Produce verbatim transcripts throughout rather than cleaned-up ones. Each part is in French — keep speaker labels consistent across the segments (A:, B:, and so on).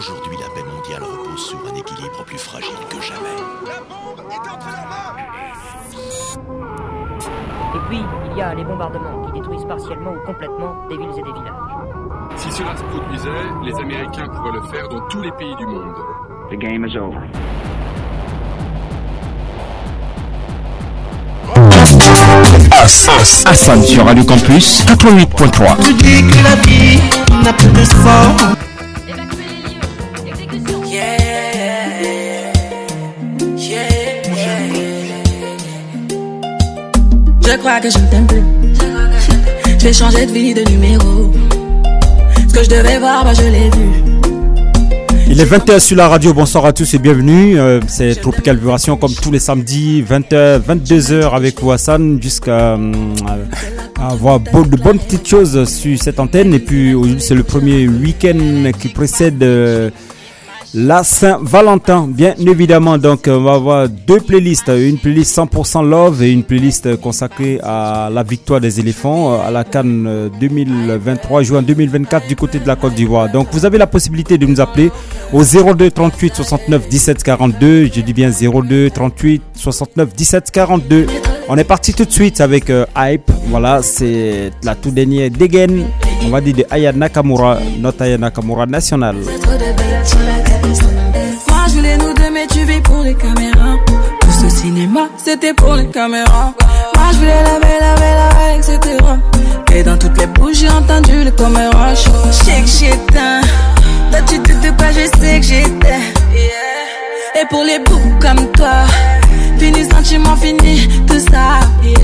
A: Aujourd'hui, la paix mondiale repose sur un équilibre plus fragile que jamais.
B: La bombe est entre leurs mains.
C: Et puis, il y a les bombardements qui détruisent partiellement ou complètement des villes et des villages.
D: Si cela se produisait, les Américains pourraient le faire dans tous les pays du monde.
E: The game is over.
F: As, As, Assam sur Radio Campus quatre-vingt-huit point trois.
G: Tu dis que la vie n'a plus de sens.
H: Évacuer les lieux. Exécution.
G: Yeah, yeah, yeah. Je crois que je ne t'aime plus. Je vais changer de vie, de numéro. Ce que je devais voir, bah je l'ai vu.
I: Il est vingt heures sur la radio, bonsoir à tous et bienvenue. Euh, c'est Tropical Vibration comme tous les samedis, vingt heures, vingt-deux heures avec vous Hassan jusqu'à euh, avoir bon, de bonnes petites choses sur cette antenne. Et puis aujourd'hui c'est le premier week-end qui précède euh, la Saint-Valentin, bien évidemment. Donc on va avoir deux playlists, une playlist cent pour cent Love et une playlist consacrée à la victoire des éléphants à la CAN deux mille vingt-trois, juin deux mille vingt-quatre du côté de la Côte d'Ivoire. Donc vous avez la possibilité de nous appeler au zéro deux trente-huit soixante-neuf dix-sept quarante-deux. Je dis bien zéro deux trente-huit soixante-neuf dix-sept quarante-deux. On est parti tout de suite avec euh, Hype. Voilà, c'est la toute dernière dégaine, on va dire de Aya Nakamura, notre Aya Nakamura national.
G: Moi je voulais nous deux mais tu vis pour les caméras. Tout ce cinéma c'était pour les caméras. Moi je voulais laver, laver, laver, et cetera. Et dans toutes les bouches j'ai entendu les caméras. Je sais que j'éteins. Toi tu te doutes pas, je sais que j'étais. Et pour les boucs comme toi, fini sentiment, fini tout ça.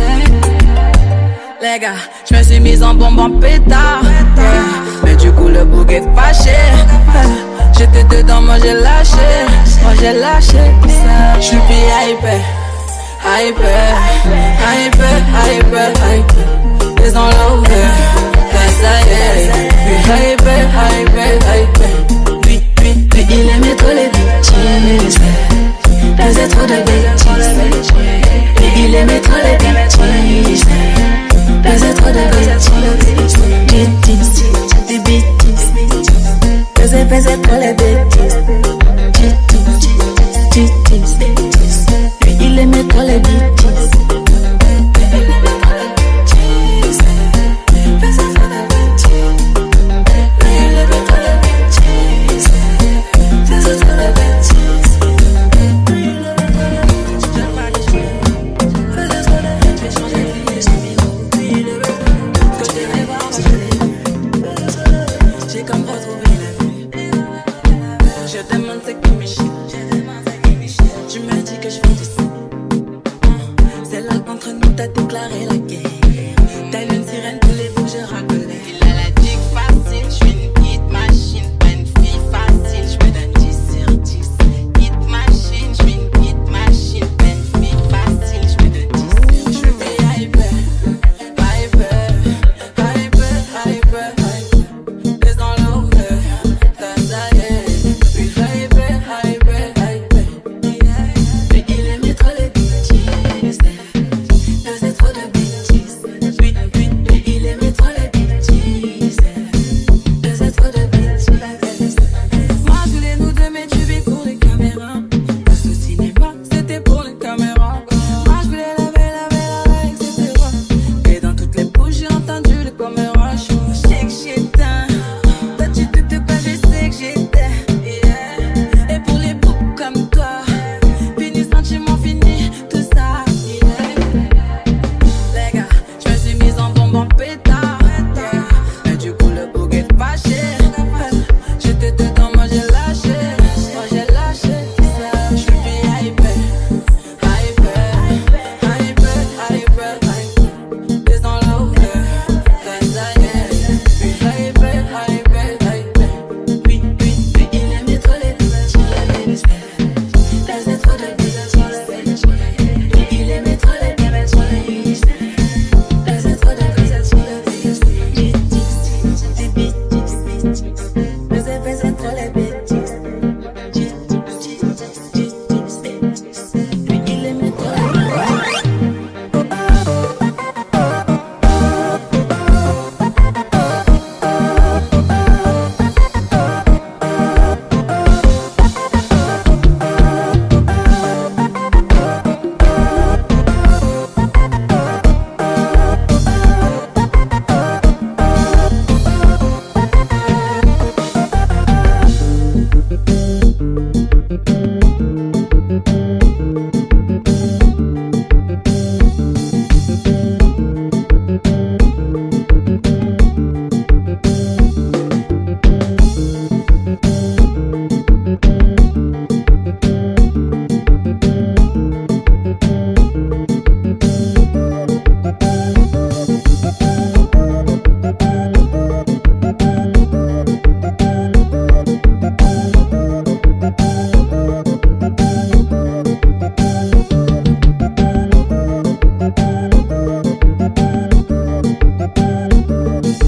G: Les gars, je me suis mise en bombe en pétard. Yeah. Mais du coup le bouc est fâché. J'étais dedans, moi j'ai lâché. Moi j'ai lâché ça. J'suis plus hyper, hyper, hyper, hyper, hyper. Ils ont l'over, ça y est. Plus hyper, hyper, hyper. Lui, lui, lui, il aimait trop les bitches. Faisait trop de bêtises. Lui, il aimait trop les bitches. Faisait trop de bêtises. Bêtises, des bêtises. Faisait, faisait trop les bêtises. Bêtises, bêtises. Lui, il aimait trop les bêtises.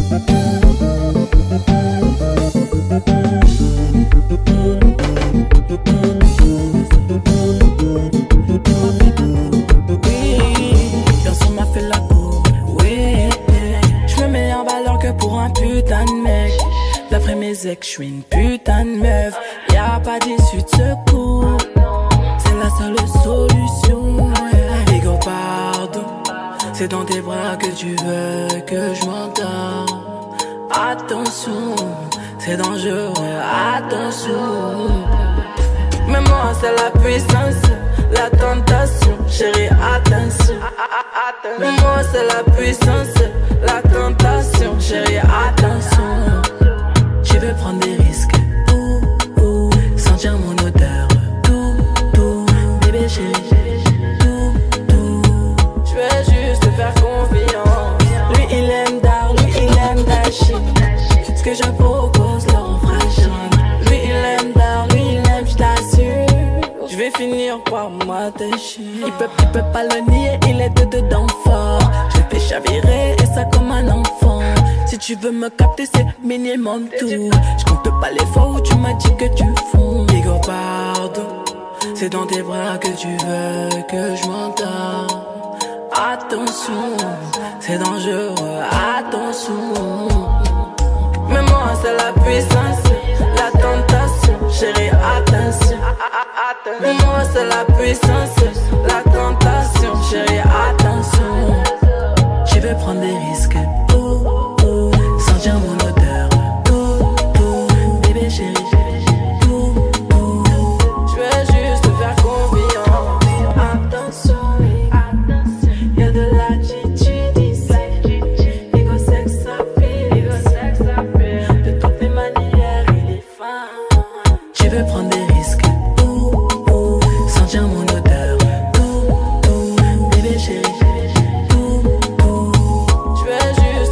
G: Je suis une putain de meuf, y'a pas d'issue de secours. C'est la seule solution. Ego pardon, c'est dans tes bras que tu veux que je m'endors. Attention, c'est dangereux, attention. Mais moi c'est la puissance, la tentation, chérie attention. Mais moi c'est la puissance, la tentation, chérie attention. Je veux prendre des risques, ouh, ouh, sentir mon odeur, tout, tout, bébé chéri, tout, tout. Je veux juste te faire confiance. Lui il aime dar, lui il aime dashi. Ce que je propose le rend fragile. Lui il aime dar, lui il aime, je t'assure. Je vais finir par m'attacher. Il peut, il peut pas le nier, il est de dedans fort. Je vais chavirer et ça comme un enfant. Si tu veux me capter, c'est minimum tout. Je compte pas les fois où tu m'as dit que tu fonds. Ego pardon, c'est dans tes bras que tu veux que je m'endors. Attention, c'est dangereux, attention. Mais moi c'est la puissance, la tentation, chérie attention. Mais moi c'est la puissance, la tentation, chérie attention. Je veux prendre des risques, sentir mon odeur, tout, tout, bébé chéri, tout, tout. Je veux juste te faire confiance. Attention, attention, y'a de l'attitude ici. Ego sex appeal, ego sex appeal. De toutes les manières, il est fin. Je veux prendre des risques, tout, tout, sentir mon odeur, tout, tout, bébé chéri, tout, tout. Je veux juste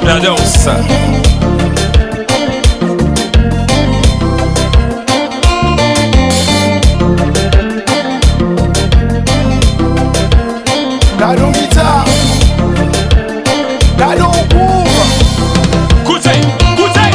E: overdose.
B: That don't guitar. That don't move.
E: Good day, good day.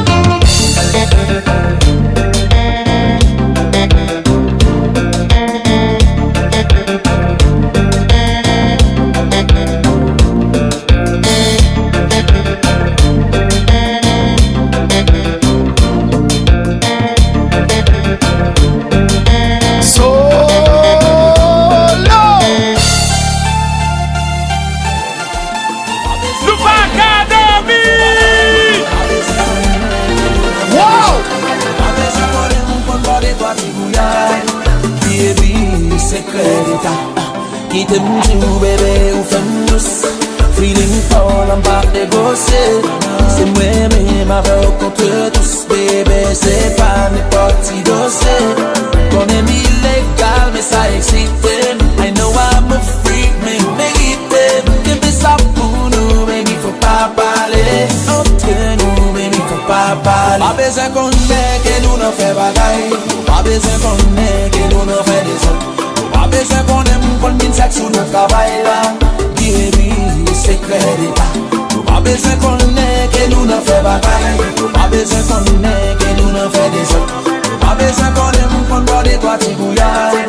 J: Qui te m'joue bébé ou femme douce. Feeling fall en bas négocié. C'est moi-même avec contre tous. Bébé c'est pas n'importe qui dossier. Qu'on aime illégal mais ça excite. I know I'm a freak mais mérite. Give me ça pour nous baby faut pas parler. Entre nous baby faut pas parler. Pas besoin qu'on ait que nous n'en fait bagaille. Pas besoin qu'on ait que nous n'en fait des autres. Pas besoin qu'on aime qu'on mine sexe ou notre travail là. Baby, secret d'état. Pas besoin qu'on ait que nous n'en fait bagaille. Pas besoin qu'on ait que nous n'en fait des autres. Pas besoin qu'on aime qu'on boit des toits tigouillards.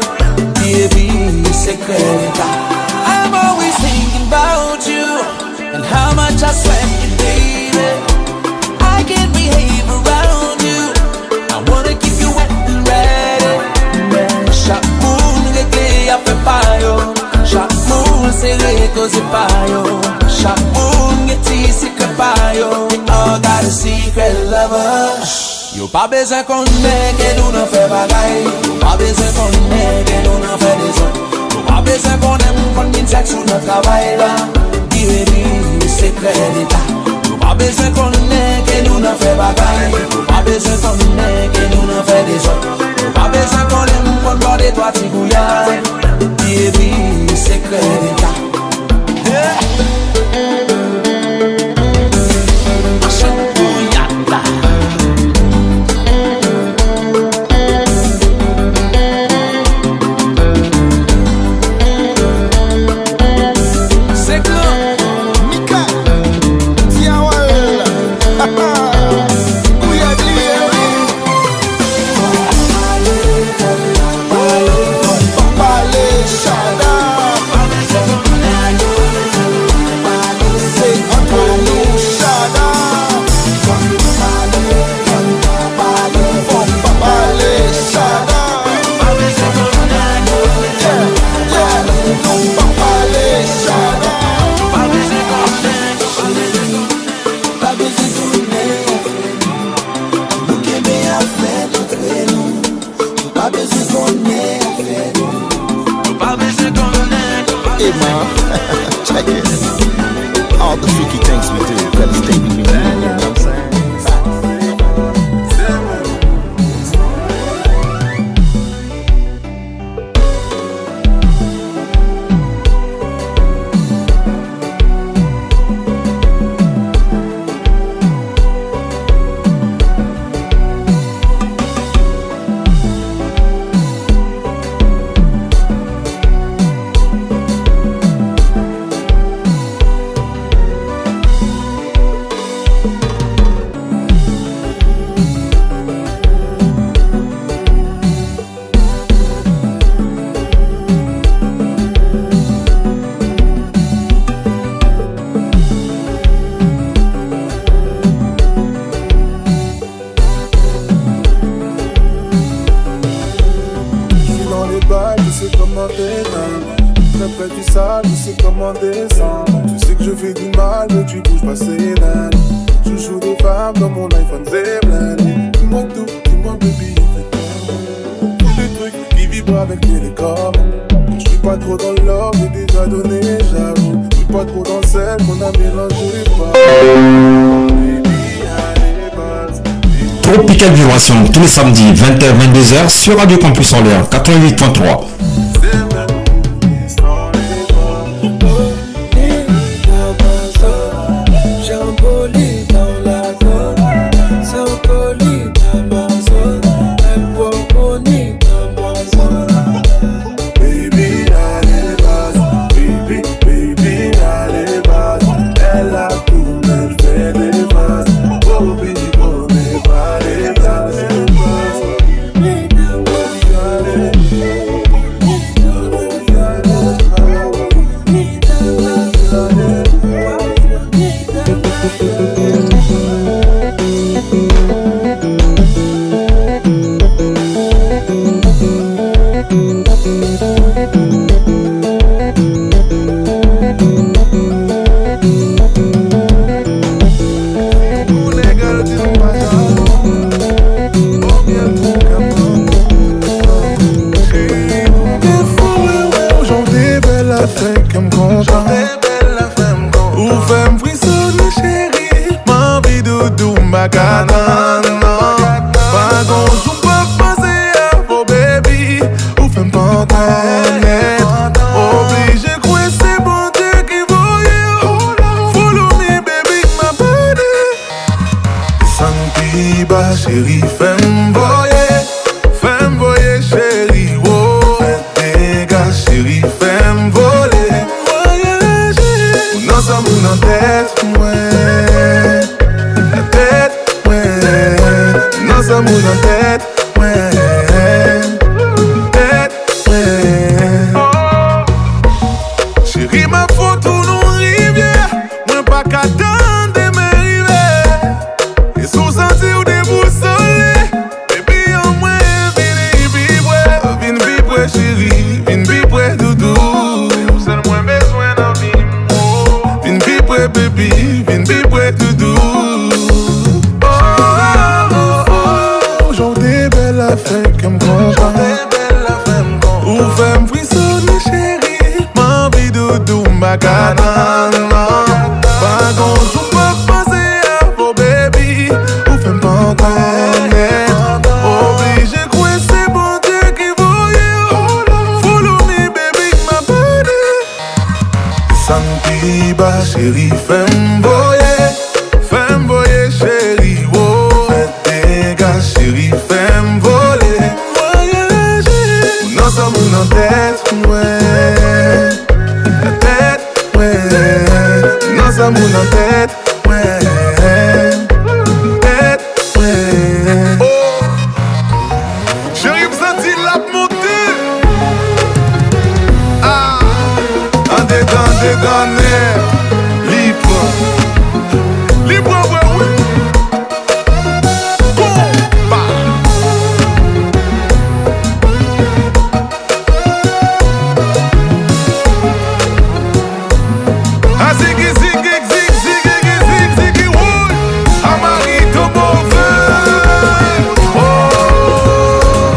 J: Baby, secret d'état. I'm always thinking about you and how much I sweat you, baby. I can't behave around you. I wanna keep you wet and ready. Man, chaque moule réglé a fait pas yo. Chaque moule serré cause pas yo. Chaque moule est ici que pas yo. We all got a secret lover. Yo pas besoin qu'on ait que nous n'en fait bagaille. Yo pas besoin qu'on ait que nous n'en fait des autres. Yo pas besoin qu'on aime qu'on mine sexe ou notre travail là. Baby, secret d'état. Yo pas besoin qu'on ait que nous n'en fait bagaille. Yo pas besoin qu'on ait que nous n'en fait des autres. Yo pas besoin qu'on aime qu'on boit des toits tigouillards. Baby, secret d'état. Yeah.
B: Check it. All the freaky things we do, better stay with me. You know what I'm saying?
F: Tropical Vibration tous les samedis vingt heures vingt-deux heures sur Radio Campus Orléans quatre-vingt-huit point trois.
J: Jumbo
E: bagada, non. Pas gon jou pas penser à vos baby, ou femme pas connaître. Obligé quoi c'est bon Dieu qui voyait. Follow me baby, ma body. Santi ba chérie, femme voyez, femme voyez chérie, oh. Faites des gars chérie, femme voler. Voyager, non ça mou dans tête, ouais. La tête, ouais. Non ça mou dans tête, ouais. Tête, ouais. Chérie ma photo nous rivière, moi pas qu'à attendre de m'arriver. Et sous sentir ou déboussolé, baby en moi vini vivre, vini vivre chérie, vini vivre doudou. C'est le moins besoin dans vie, vini vivre baby, vini vivre doudou. Oh oh oh, aujourd'hui belle affaire que m'comprend, ou fait m'frissonner chérie, m'envie doudou m'bagana. Pas gon jou pas penser à vos baby, ou fait m'pas connaître. Obligé quoi c'est bon Dieu qui voyait. Follow me baby, ma body. Santi ba chérie, femme voyez, femme voyez chérie, oh. Faites des gars chérie, femme voler. Voyager, non ça mou dans tête, ouais. La tête, ouais. Non ça mou dans tête, ouais. Tête, ouais. Oh, chérie, vous sentez la montée. Ah, en dedans, dedans, libre, libre, ouais, ouais. Combat. Ah, ziggy, ziggy, ziggy, ziggy, ziggy, ziggy, wood. Amarito mauvais. Oh,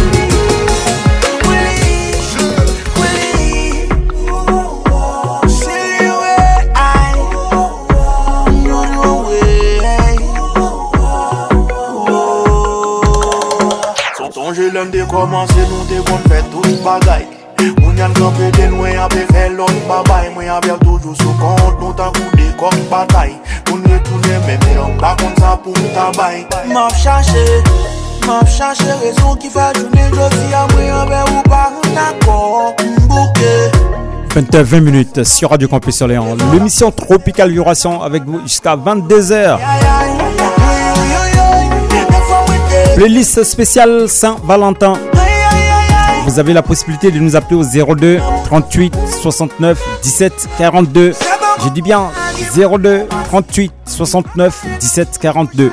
K: Songe l'homme de commencer, nous de qu'on fait tout le bagaille. Moun yan campé de loin, avec fait l'autre babaye. Moi avec toujours sous compte, nous t'en coup de coq bataille. Pour nous retourner, même on pas contre ça pour nous tabaye.
J: M'a cherché, m'a cherché raison qui fait journée j'ossi à moi avec ou pas d'accord. M'bouquet.
I: vingt heures vingt minutes sur Radio Campus Orléans. L'émission Tropical Vibration avec vous jusqu'à vingt-deux heures. Playlist spéciale Saint-Valentin. Vous avez la possibilité de nous appeler au zéro deux trente-huit soixante-neuf dix-sept quarante-deux. Je dis bien zéro deux trente-huit soixante-neuf dix-sept quarante-deux.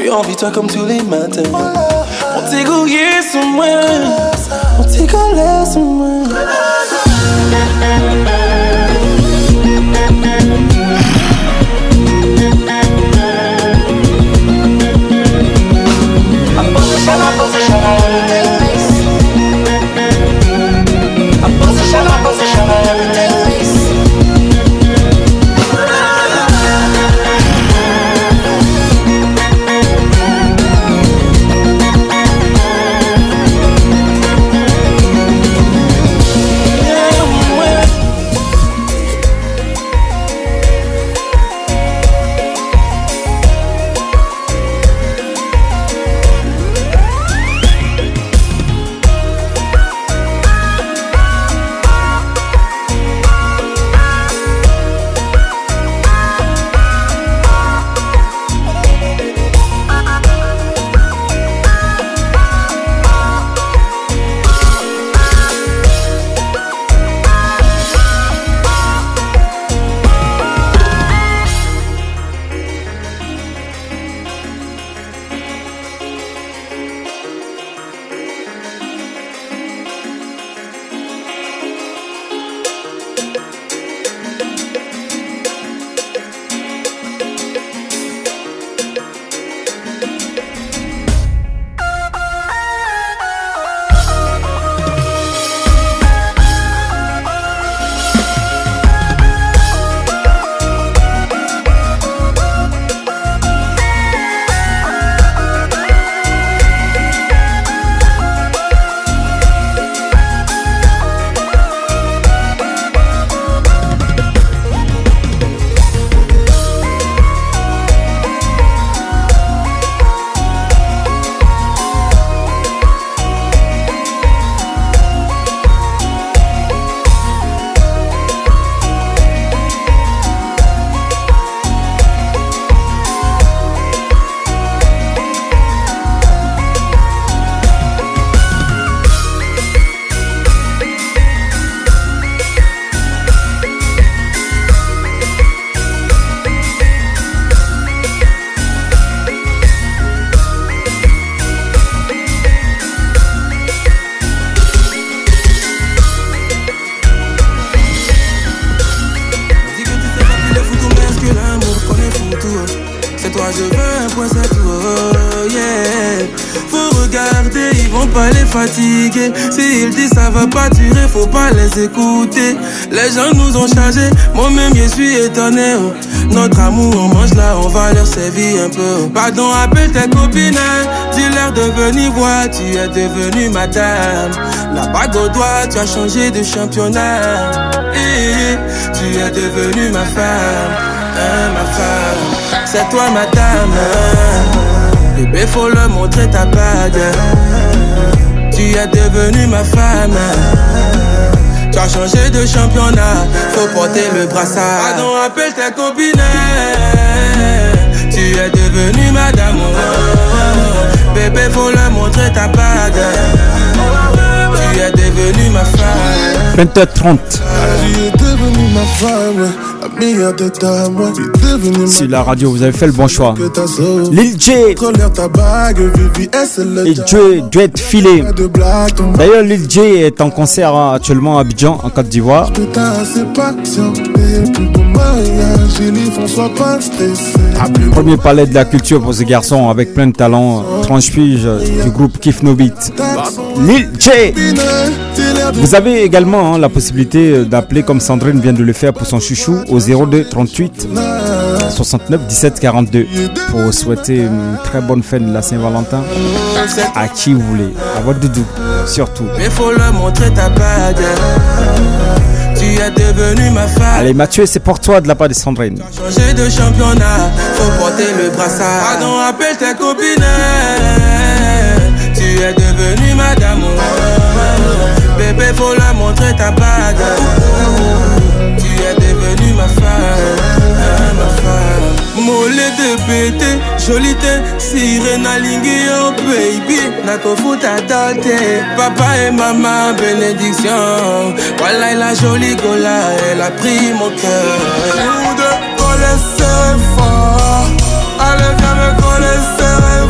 J: J'ai envie de toi comme tous les matins. On t'est gouillé sous moi, on t'est collé sous moi.
L: S'ils disent ça va pas durer, faut pas les écouter. Les gens nous ont chargés, moi-même je suis étonné. Oh. Notre amour, on mange là, on va leur servir un peu. Pardon, appelle tes copines, dis-leur de venir voir, tu es devenue madame. La bague au doigt, tu as changé de championnat. Et tu es devenue ma femme, hein, ma femme. C'est toi madame, hein. Bébé, faut leur montrer ta bague. Tu es devenue ma femme. Tu as changé de championnat. Faut porter le brassard. Pardon, appelle tes copines. Tu es devenue madame. Bébé, faut leur montrer ta bague. Tu es devenue ma femme.
I: vingt heures trente.
L: Tu es devenue ma femme. La meilleure de ta moi.
I: Sur la radio, vous avez fait le bon choix. Lil J et Joe Duet Filé. D'ailleurs, Lil J est en concert actuellement à Abidjan, en Côte d'Ivoire. Premier palais de la culture pour ce garçon avec plein de talent. Tranche-pige du groupe Kif No Beat. Lil J. Vous avez également hein, la possibilité d'appeler comme Sandrine vient de le faire pour son chouchou au zéro deux trente-huit soixante-neuf dix-sept quarante-deux pour souhaiter une très bonne fête de la Saint-Valentin à qui vous voulez, à votre doudou surtout.
L: Mais faut leur montrer ta bague. Tu es devenue ma femme.
I: Allez Mathieu, c'est pour toi de la part de Sandrine.
L: Changer de championnat, faut porter le brassard. Pardon, appelle tes copines. Tu es devenue madame. Bébé, faut leur montrer ta bague. Tu es devenue ma femme, ma femme. Mollet de pété, jolité, sirène alinguée, oh baby. Nako fout à doter, papa et maman, bénédiction. Voilà la jolie gola, elle a pris mon cœur. Nous deux, coller serré fort. Allez, viens me coller serré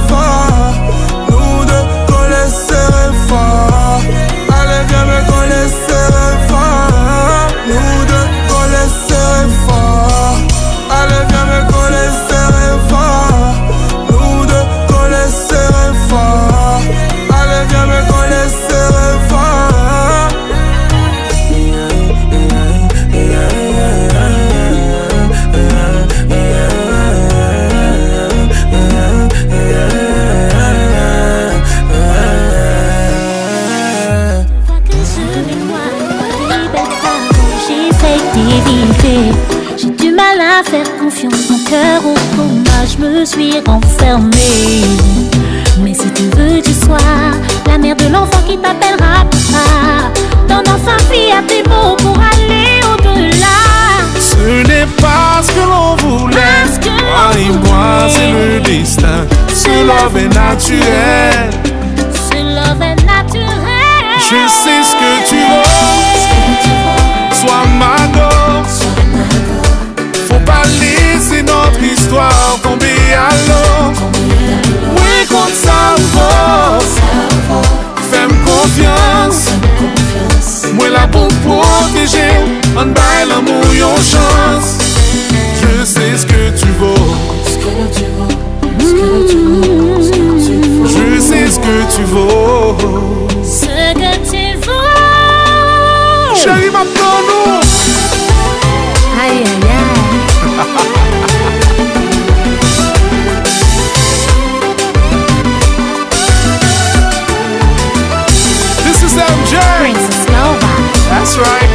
M: faire confiance, mon cœur au coma, je me suis renfermée. Mais si tu veux, tu sois la mère de l'enfant qui t'appellera papa. Donne enfin vie à tes mots pour aller au-delà.
E: Ce n'est pas ce que l'on voulait. Toi et moi, c'est le destin. Ce love est naturel.
M: Ce love est naturel.
E: Je sais ce que tu veux. Sois ma go. Faut pas laisser notre histoire tomber à l'eau. Oui, comme ça va. Fais-moi confiance. Moi là pour protéger. On baille l'amour, yon chance. Je sais ce que tu vaux. Je sais ce que tu vaux.
M: Ce que tu vaux.
E: Chérie, maintenant nous.
M: Aïe, aïe, aïe.
E: This is M J.
M: Princess Nova.
E: That's right.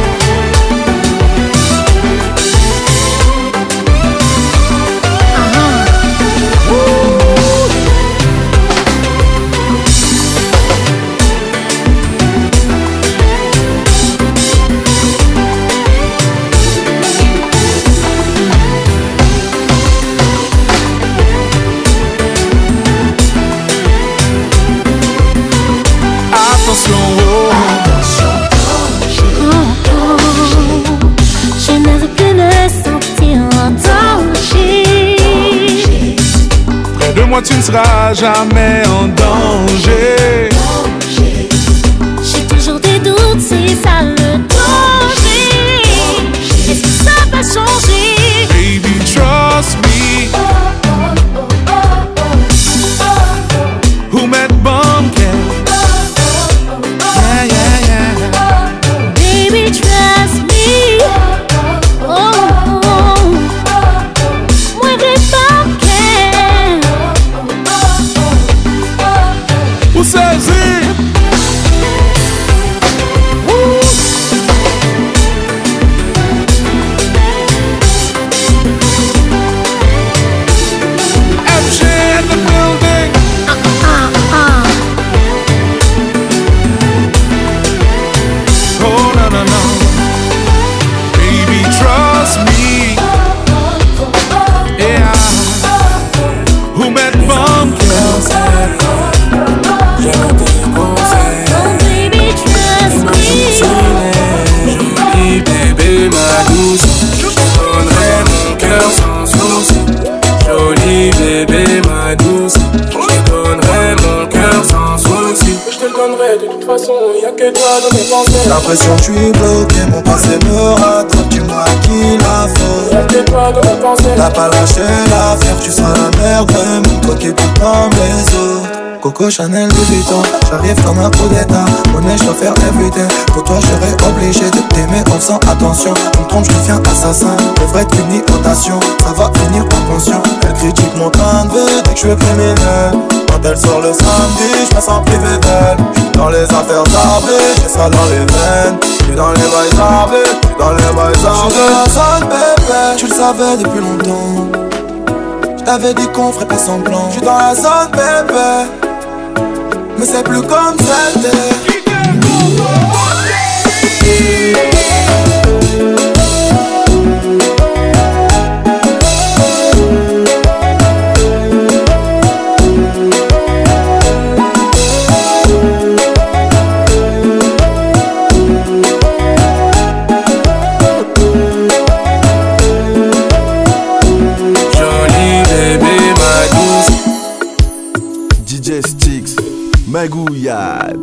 E: Attention, oh.
M: Oh, oh. Je ne veux plus me sentir en danger.
E: Près de moi tu ne seras jamais en danger.
M: J'ai toujours des doutes, c'est ça le danger. Est-ce que ça va changer?
E: Baby, trust me. Who met Bumpkin? Yeah, yeah, yeah.
M: Baby, trust me. Oh, oh, oh. Moi, je t'en
E: Who says it? M J in the building. Oh, no, no, no. Baby, trust me. Yeah. Who met Bumpkin?
M: baby, trust me.
L: Jolie bébé, ma douce, je donnerai mon cœur sans souci. Jolie bébé, ma douce, je donnerai mon cœur sans souci. Je te le donnerai de toute façon, y'a que toi dans mes pensées.
J: L'impression que je suis bloqué, mon passé me rattrape, dis-moi qui la faute.
L: Y'a que toi dans mes pensées.
J: T'as pas lâché l'affaire, tu seras la mère de mon toi qui est tout comme les autres. Coco Chanel Louis Vuitton, j'arrive comme un coup d'état. Monnaie, je dois faire everyday. Pour toi, je serais obligé de t'aimer en faisant attention. Tu me trompes, je deviens assassin. Devrais être puni, rotation. Ça va finir en pension. Elle critique mon train de vie, dit que je suis criminel. Quand elle sort le samedi, je me sens privé d'elle. J'suis dans les affaires d'arbitre, j'ai ça dans les veines. J'suis dans les bails d'arbitre, j'suis dans les bails d'arbitre. J'suis dans la zone, bébé, tu le savais depuis longtemps. J't'avais dit qu'on ferait pas semblant. J'suis dans la zone, bébé, mais c'est plus comme c'était.
B: Magouillade.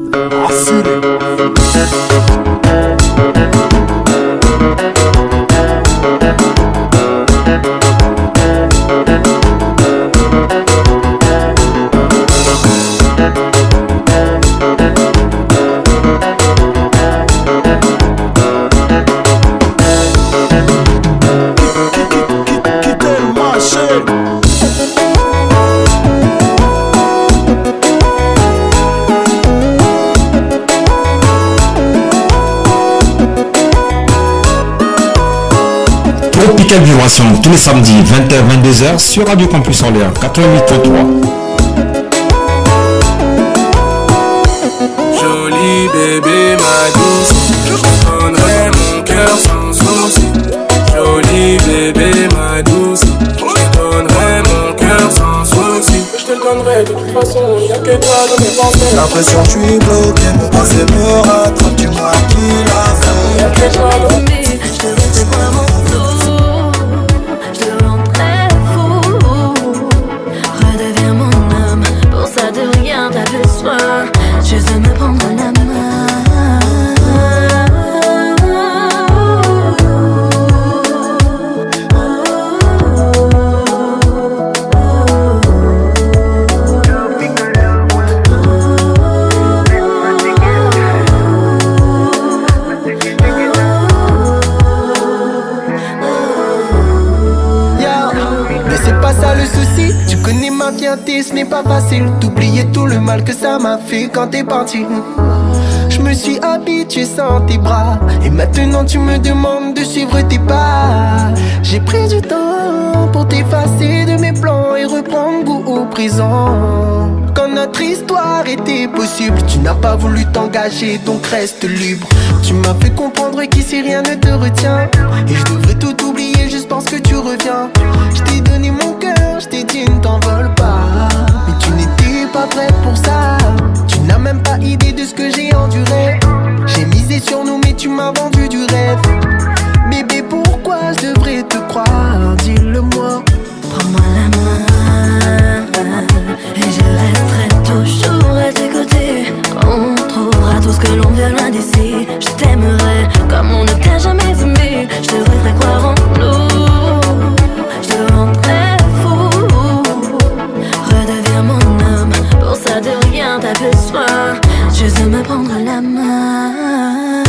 F: Tropicale Vibration tous les samedis vingt heures vingt-deux heures sur Radio Campus Orléans quatre-vingt-huit point trois.
L: Jolie bébé ma douce, je te donnerai mon cœur sans souci. Jolie bébé ma douce, je te donnerai mon cœur sans souci. Je te le donnerai de toute façon, y'a que toi dans mes pensées.
J: L'impression que je suis bloqué, mon passé me rattrape, dis-moi qui l'a fait.
L: Y'a que toi dans mes pensées.
M: Je te laisse voir mon dos, je te rendrai fou. Redeviens mon homme, pour ça de rien t'as besoin. Je veux me prendre la main.
J: Ce n'est pas facile d'oublier tout le mal que ça m'a fait quand t'es parti. Je me suis habitué sans tes bras, et maintenant tu me demandes de suivre tes pas. J'ai pris du temps pour t'effacer de mes plans et reprendre goût au présent. Quand notre histoire était possible, tu n'as pas voulu t'engager, donc reste libre. Tu m'as fait comprendre qu'ici rien ne te retient, et je devrais tout oublier juste parce que tu reviens. Je t'ai donné mon cœur, je t'ai dit ne t'envole pas, mais tu n'étais pas prête pour ça. Tu n'as même pas idée de ce que j'ai enduré. J'ai misé sur nous mais tu m'as vendu du rêve. Bébé, pourquoi je devrais te croire? Dis-le-moi.
M: Prends-moi la main et je resterai toujours à tes côtés. On trouvera tout ce que l'on veut loin d'ici. Je t'aimerai comme on ne t'a jamais aimé. Je te ferai croire en nous, je te rendrai fou. Redeviens mon homme, pour ça de rien t'as besoin. Je veux me prendre la main.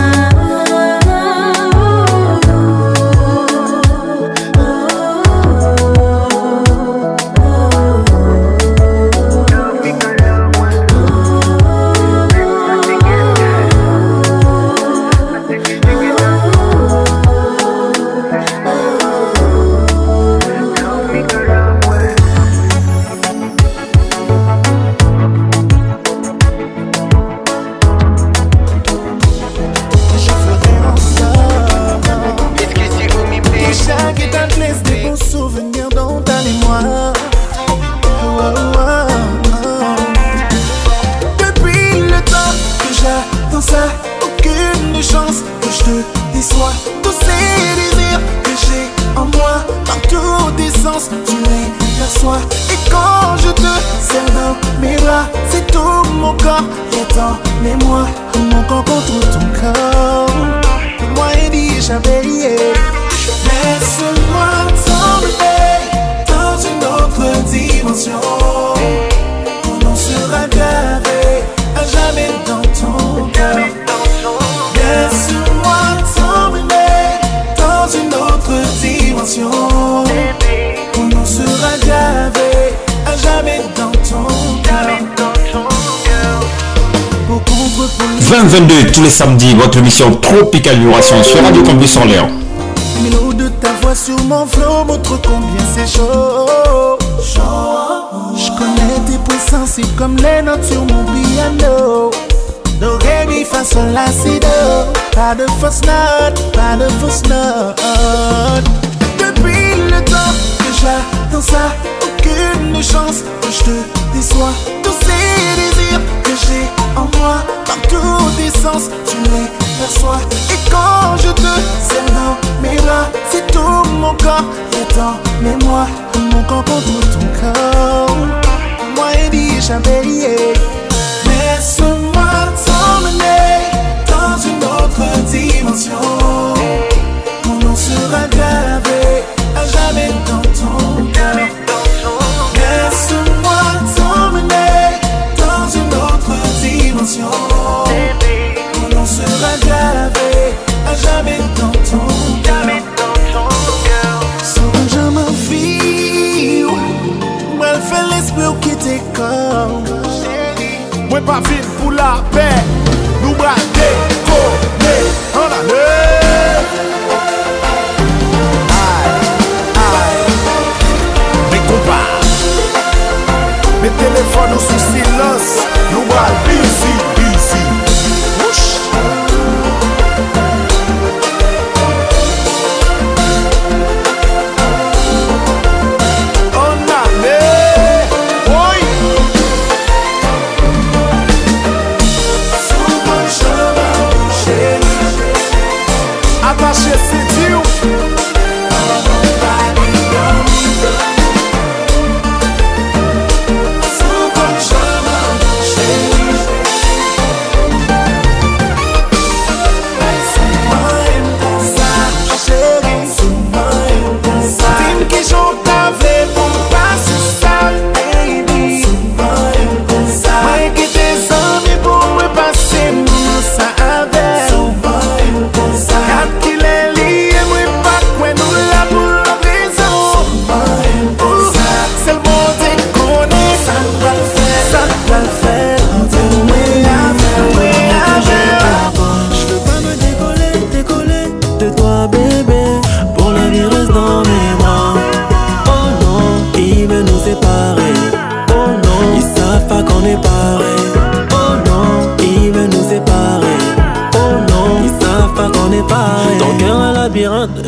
F: vingt vingt-deux tous les samedis, votre émission Tropicale Vibration sur Radio Campus Orléans.
J: Milo de ta voix sur mon flow montre combien c'est chaud. Je connais tes points sensibles comme les notes sur mon piano. Do, ré, mi, fa, sol, la, si, do. Pas de fausse note, pas de fausse note. Depuis le temps que j'attends ça, aucune chance que je te déçois. Tous ces désirs que j'ai en moi, par tous tes sens, tu les perçois. Et quand je te serre dans mes bras, c'est tout mon corps qui est en mémoire. Mon corps contre ton corps, moi et dit chambélier. Laisse-moi t'emmener dans une autre dimension. Mon nom sera gravé à jamais dans ton cœur. Laisse-moi t'emmener dans une autre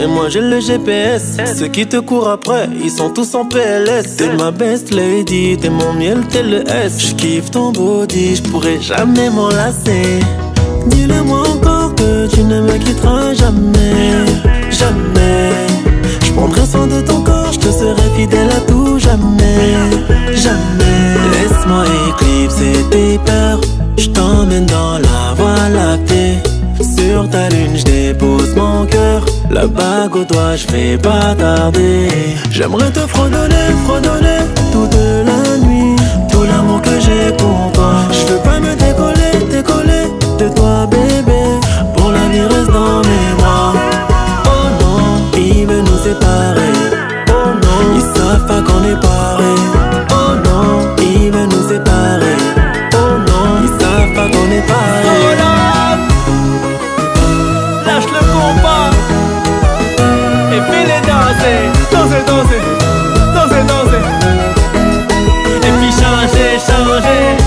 J: et moi j'ai le G P S. Ceux qui te courent après, ils sont tous en P L S. T'es ma best lady, t'es mon miel, t'es le S. J'kiffe ton body, j'pourrais jamais m'en lasser. Dis-le-moi encore que tu ne me quitteras jamais, jamais. J'prendrai soin de ton corps, j'te serai fidèle à tout jamais, jamais. Laisse-moi éclipser tes peurs, j't'emmène dans la voie lactée. Sur ta lune, j'dépose mon cœur, la bague au doigt, j'vais pas tarder. J'aimerais te fredonner, fredonner toute la nuit, tout l'amour que j'ai pour toi. J'veux pas me décoller, décoller de toi bébé, pour la vie reste dans mes bras. Oh non, ils veulent nous séparer. Oh non, ils savent pas qu'on est parés. Oh non, ils veulent nous séparer. Oh non, ils savent pas qu'on est parés. Oh là, lâche le combat et fais-les danser, danser, danser, danser, danser. Et puis changer, changer.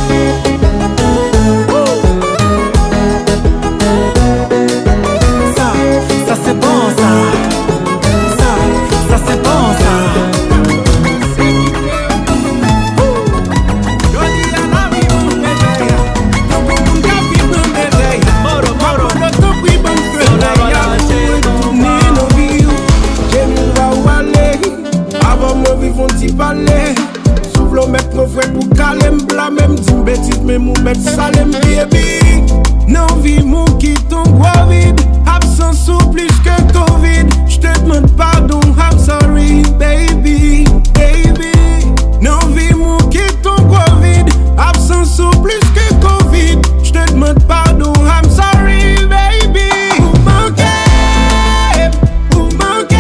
N: Souffle mettre mon frère pour caler m'bla même dit bêtise mais mou mettre salem baby. Non vie mon qui ton gros vide, absence ou plus que Covid. J'te demande pardon, I'm sorry baby, baby. Non vie mon qui ton gros vide, absence ou plus que Covid. J'te demande pardon, I'm sorry baby. Vous manquez, vous manquez.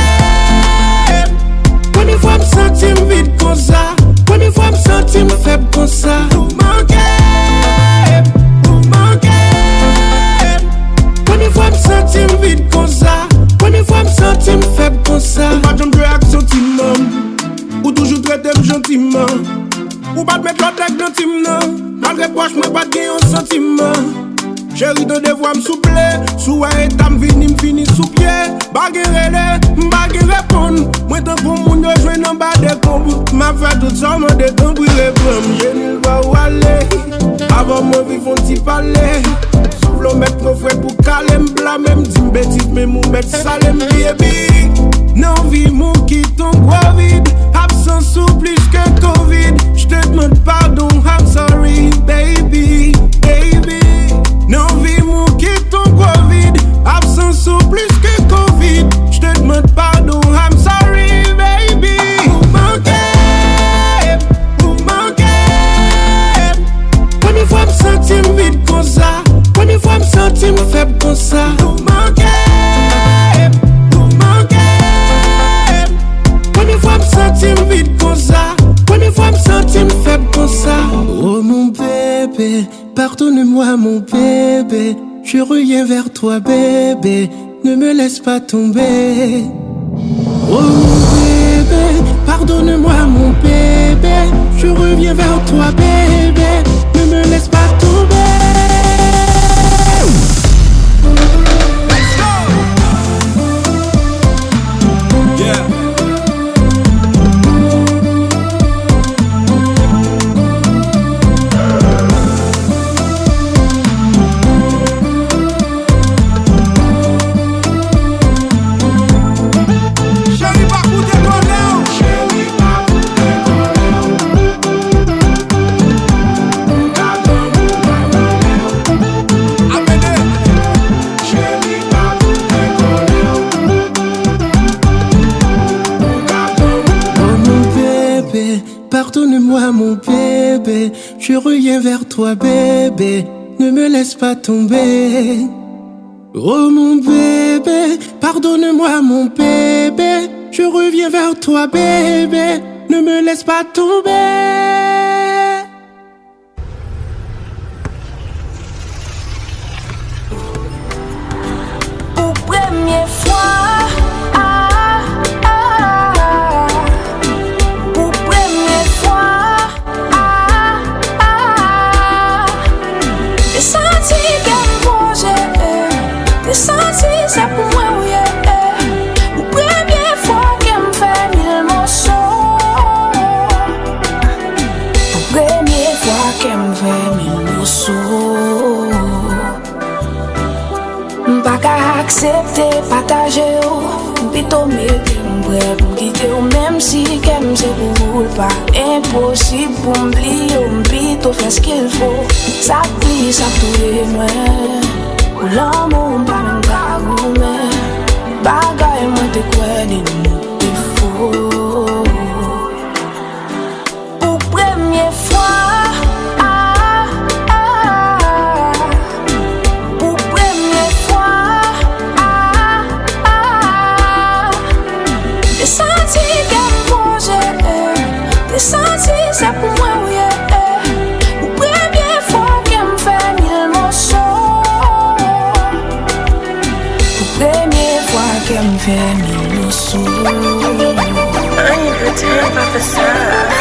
N: Quand une fois me sentir vide comme ça, quand une fois me sentir faible comme ça. Vous manquez, vous manquez. Quand une fois me sentir vide comme ça, quand une fois me sentir faible comme ça. Ou pas de me avec sentiment, ou toujours traiter gentiment. Ou pas de mettre l'autre avec gentiment. Malgré poche, moi pas de gagner un sentiment. Chérie de devoir me soupler, sous un état m'vini m'fini sous pied. Baguerre, baguerre répondre. Moi tant pour moun yo jouen en bas des combes. M'a fait tout ça, m'a des temps pour répondre. Je n'y va où aller, avant moi vivre on t'y parler. Souffle mettre mon frère pour caler m'bla même dit m'bêtise mais mou mettre salem baby. Non vie mon qui ton gros vide, absence ou plus que Covid. J'te demande pardon, I'm sorry baby, baby. Non vie mon qui ton gros vide, absence ou plus que Covid. J'te demande pardon, I'm sorry baby. Vous manquez, vous manquez. Quand une fois me sentir vide comme ça, quand une fois me sentir faible comme ça. Vous manquez, vous manquez. Quand une fois me sentir vide comme ça, quand une fois me sentir faible comme ça. Oh mon bébé, pardonne-moi mon bébé, je reviens vers toi bébé, ne me laisse pas tomber. Oh mon bébé, pardonne-moi mon bébé, je reviens vers toi bébé, ne me laisse pas tomber. Let's go! Yeah. Pardonne-moi mon bébé, je reviens vers toi bébé, ne me laisse pas tomber. Oh mon bébé, pardonne-moi mon bébé, je reviens vers toi bébé, ne me laisse pas tomber.
O: Pour première fois, ah, ah, ah. Pour première fois, ah, ah. J'ai senti qu'elle me bougeait, j'ai senti ça pour moi, oui. Pour Accepter, partager, plutôt mettre m'brel pour quitter ou même si qu'aime c'est pour pas impossible pour m'oublier ou plutôt faire ce qu'il faut. Ça plie, ça touille moi. Ou l'amour pas même pas gourmet. Bagaille moi te quoi des mots défauts. Pour première fois. Senti, c'est pour moi, oui, eh. Pour première fois qu'elle me fait mille morceaux. Pour première fois qu'elle me fait mille morceaux. I ain't good to hear about the sound.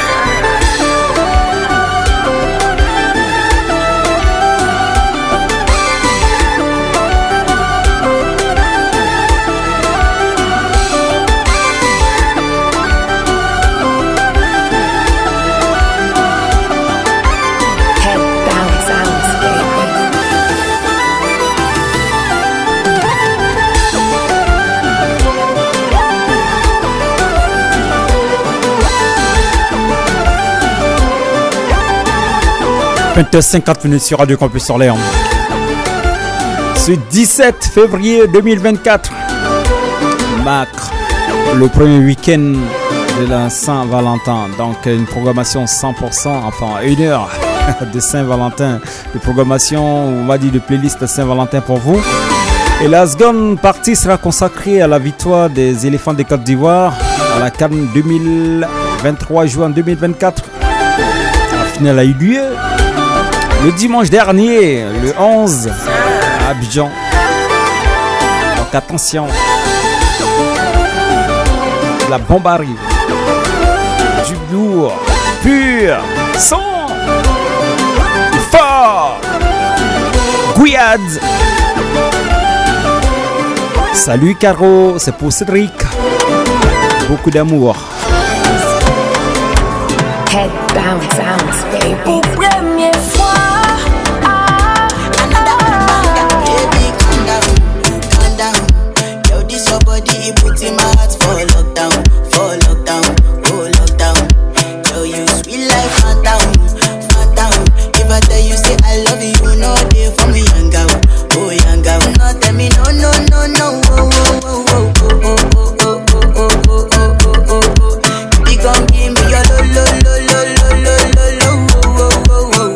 I: vingt heures cinquante minutes sur Radio Campus Orléans. Ce dix-sept février deux mille vingt-quatre marque le premier week-end de la Saint-Valentin. Donc une programmation cent pour cent, enfin une heure de Saint-Valentin. De programmation, on va dire de playlist de Saint-Valentin pour vous. Et la seconde partie sera consacrée à la victoire des éléphants de Côte d'Ivoire à la CAN deux mille vingt-trois juin deux mille vingt-quatre. La finale a eu lieu le dimanche dernier, le onze, à Abidjan. Donc attention, la bombe arrive. Du lourd, pur, son, fort, Gouillade. Salut Caro, c'est pour Cédric. Beaucoup d'amour.
O: Head bounce, bounce, baby. Pour première fois.
P: It puts in my heart for lockdown, for lockdown, oh lockdown. Girl, you sweet like phantom, phantom. If I tell you say I love you, you know they for me young girl, oh young girl. No tell me no, no, no, no, oh, oh, oh, oh, oh, oh, oh, oh, oh, oh, oh, oh, oh. You gon' give me your lo, lo, lo, lo, lo, lo, lo, lo, oh, oh, oh, oh.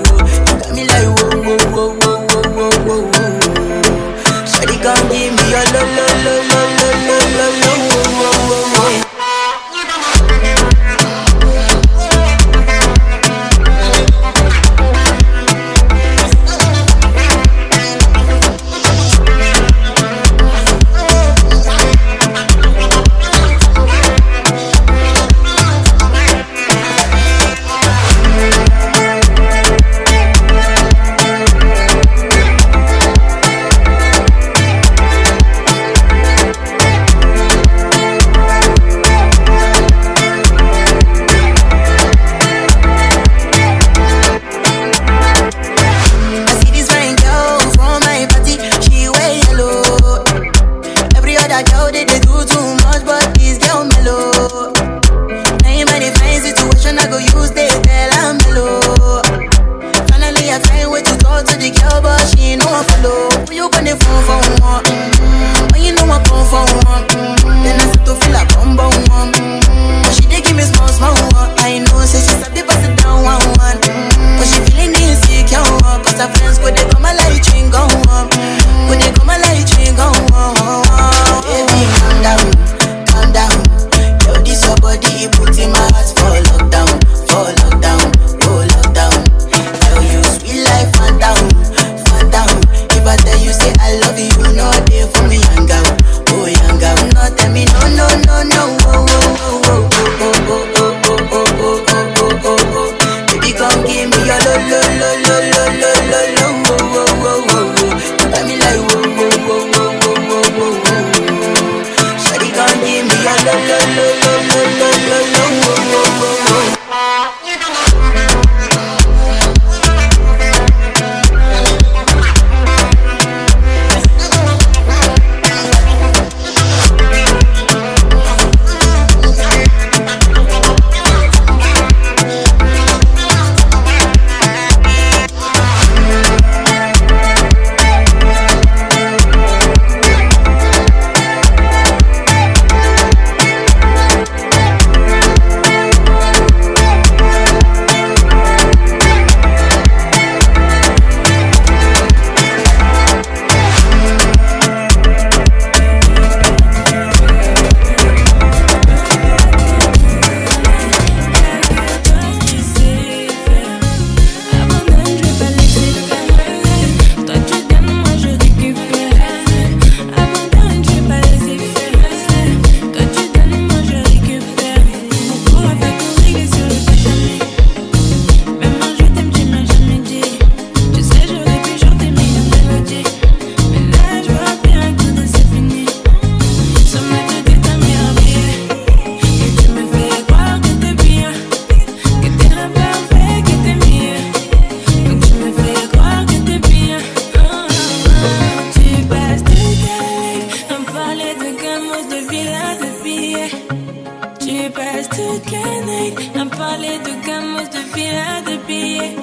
G: toute la night à parler de gamos, de villas, de billets.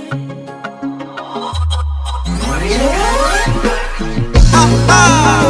G: Ah ah.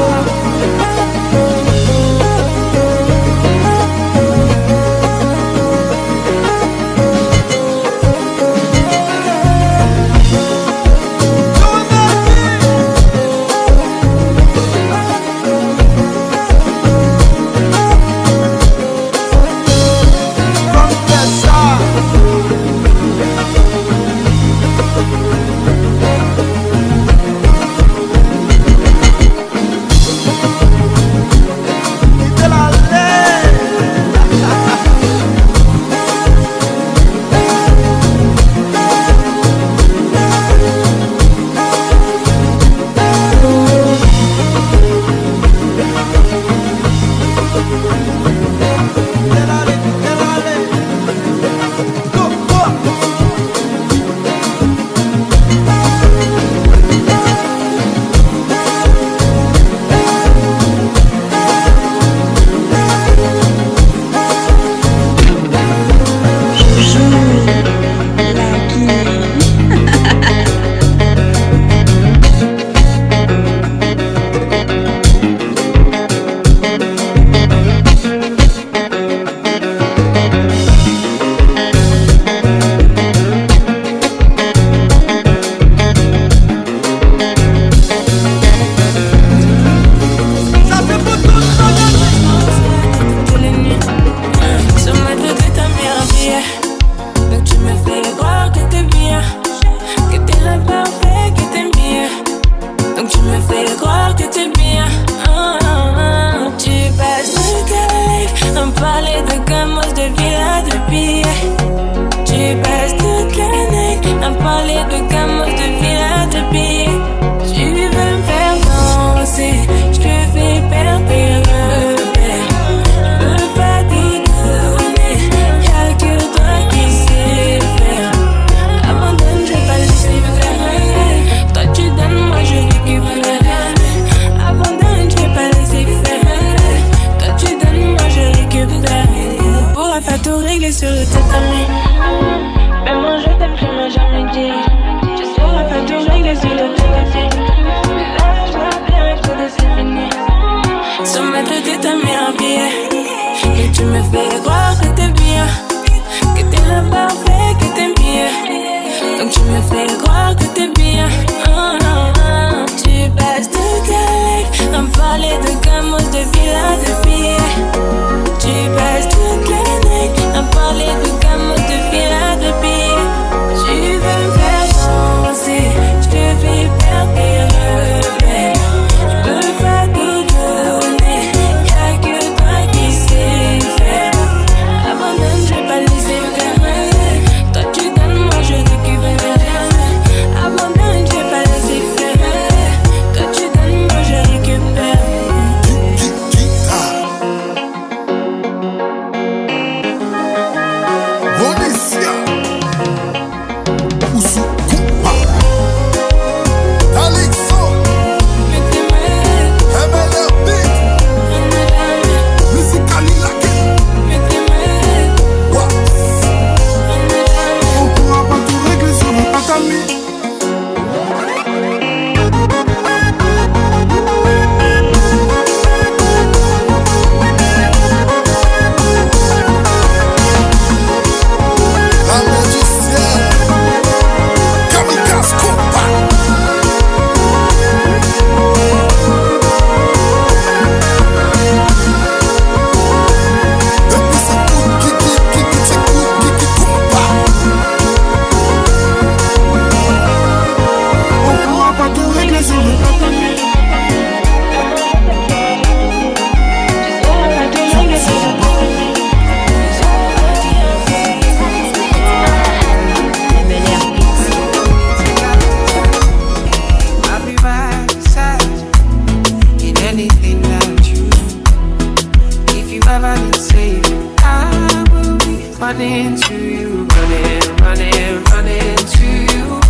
Q: running to you, running, running, running to you.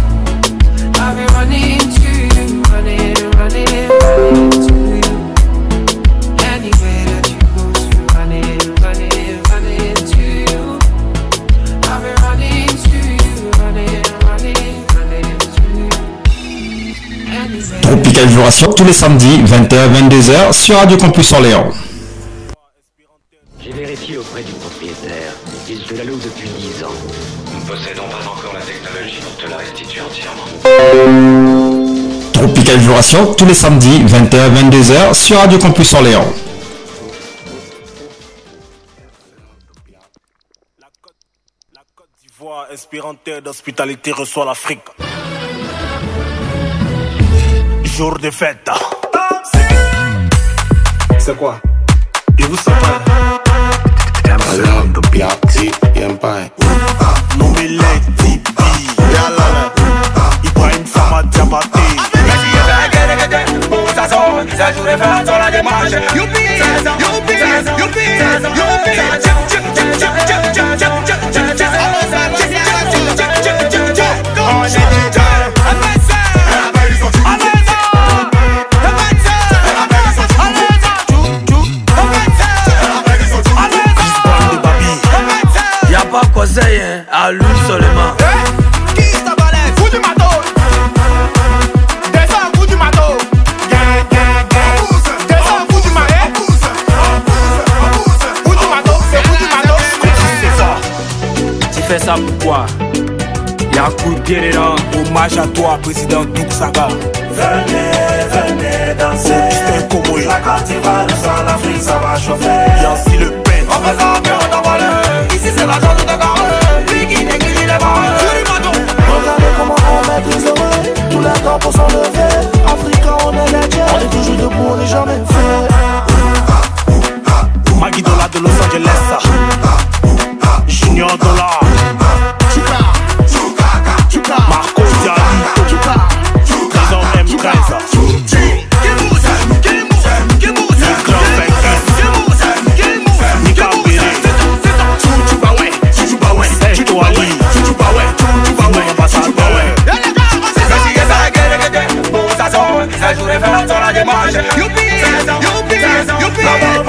Q: I'll be running to you, running, running, running to you. Anywhere that you go to, running, running, running to you.
F: Tropical Vibration tous les samedis vingt heures vingt-deux heures sur Radio Campus Orléans.
R: J'ai vérifié auprès du propriétaire. Il te la loue depuis dix ans. Nous ne possédons pas encore la technologie pour te la restituer entièrement.
F: Tropical Vibration tous les samedis vingt heures vingt-deux heures sur Radio Campus Orléans.
K: Espéranteur d'hospitalité reçoit l'Afrique. Jour de fête. C'est quoi? Et vous savez?
S: Alarm, Piatti, Yempai.
K: Nommez-les Tibi. Ibrahim Sama Diabaté. Ça joue de fête sur la démarche. Youpi, youpi, youpi, youpi.
T: Y'a pas conseil, hein, à l'une seulement.
K: Qui ça balèze? Coup du matos. Descends, coup du matos. Descends, coup du marais. Coup du matos, c'est coup du matos. C'est ça.
T: Tu fais ça pourquoi? Y'a un coup de guerre là.
K: Hommage à toi, président Douk Saga.
N: Venez, venez danser.
K: Augustin Komoy.
N: La Côte d'Ivoire, sans l'Afrique, ça va chauffer.
K: Yancy Le Pen.
N: On fait ça, puis on t'envole. Ici, c'est la joie de ta carré. Lui qui néglige les barres. Regardez comment on maîtrise le vrai. Tous les corps sont levés. Africains, on est les dieux. On est toujours debout, on n'est jamais fait.
K: Maggie Dola de Los Angeles. Junior Dollar. Marco Dialito. Trésor M treize.
N: Ça joue les fêtes sur la démarche. Youpi, youpi, youpi.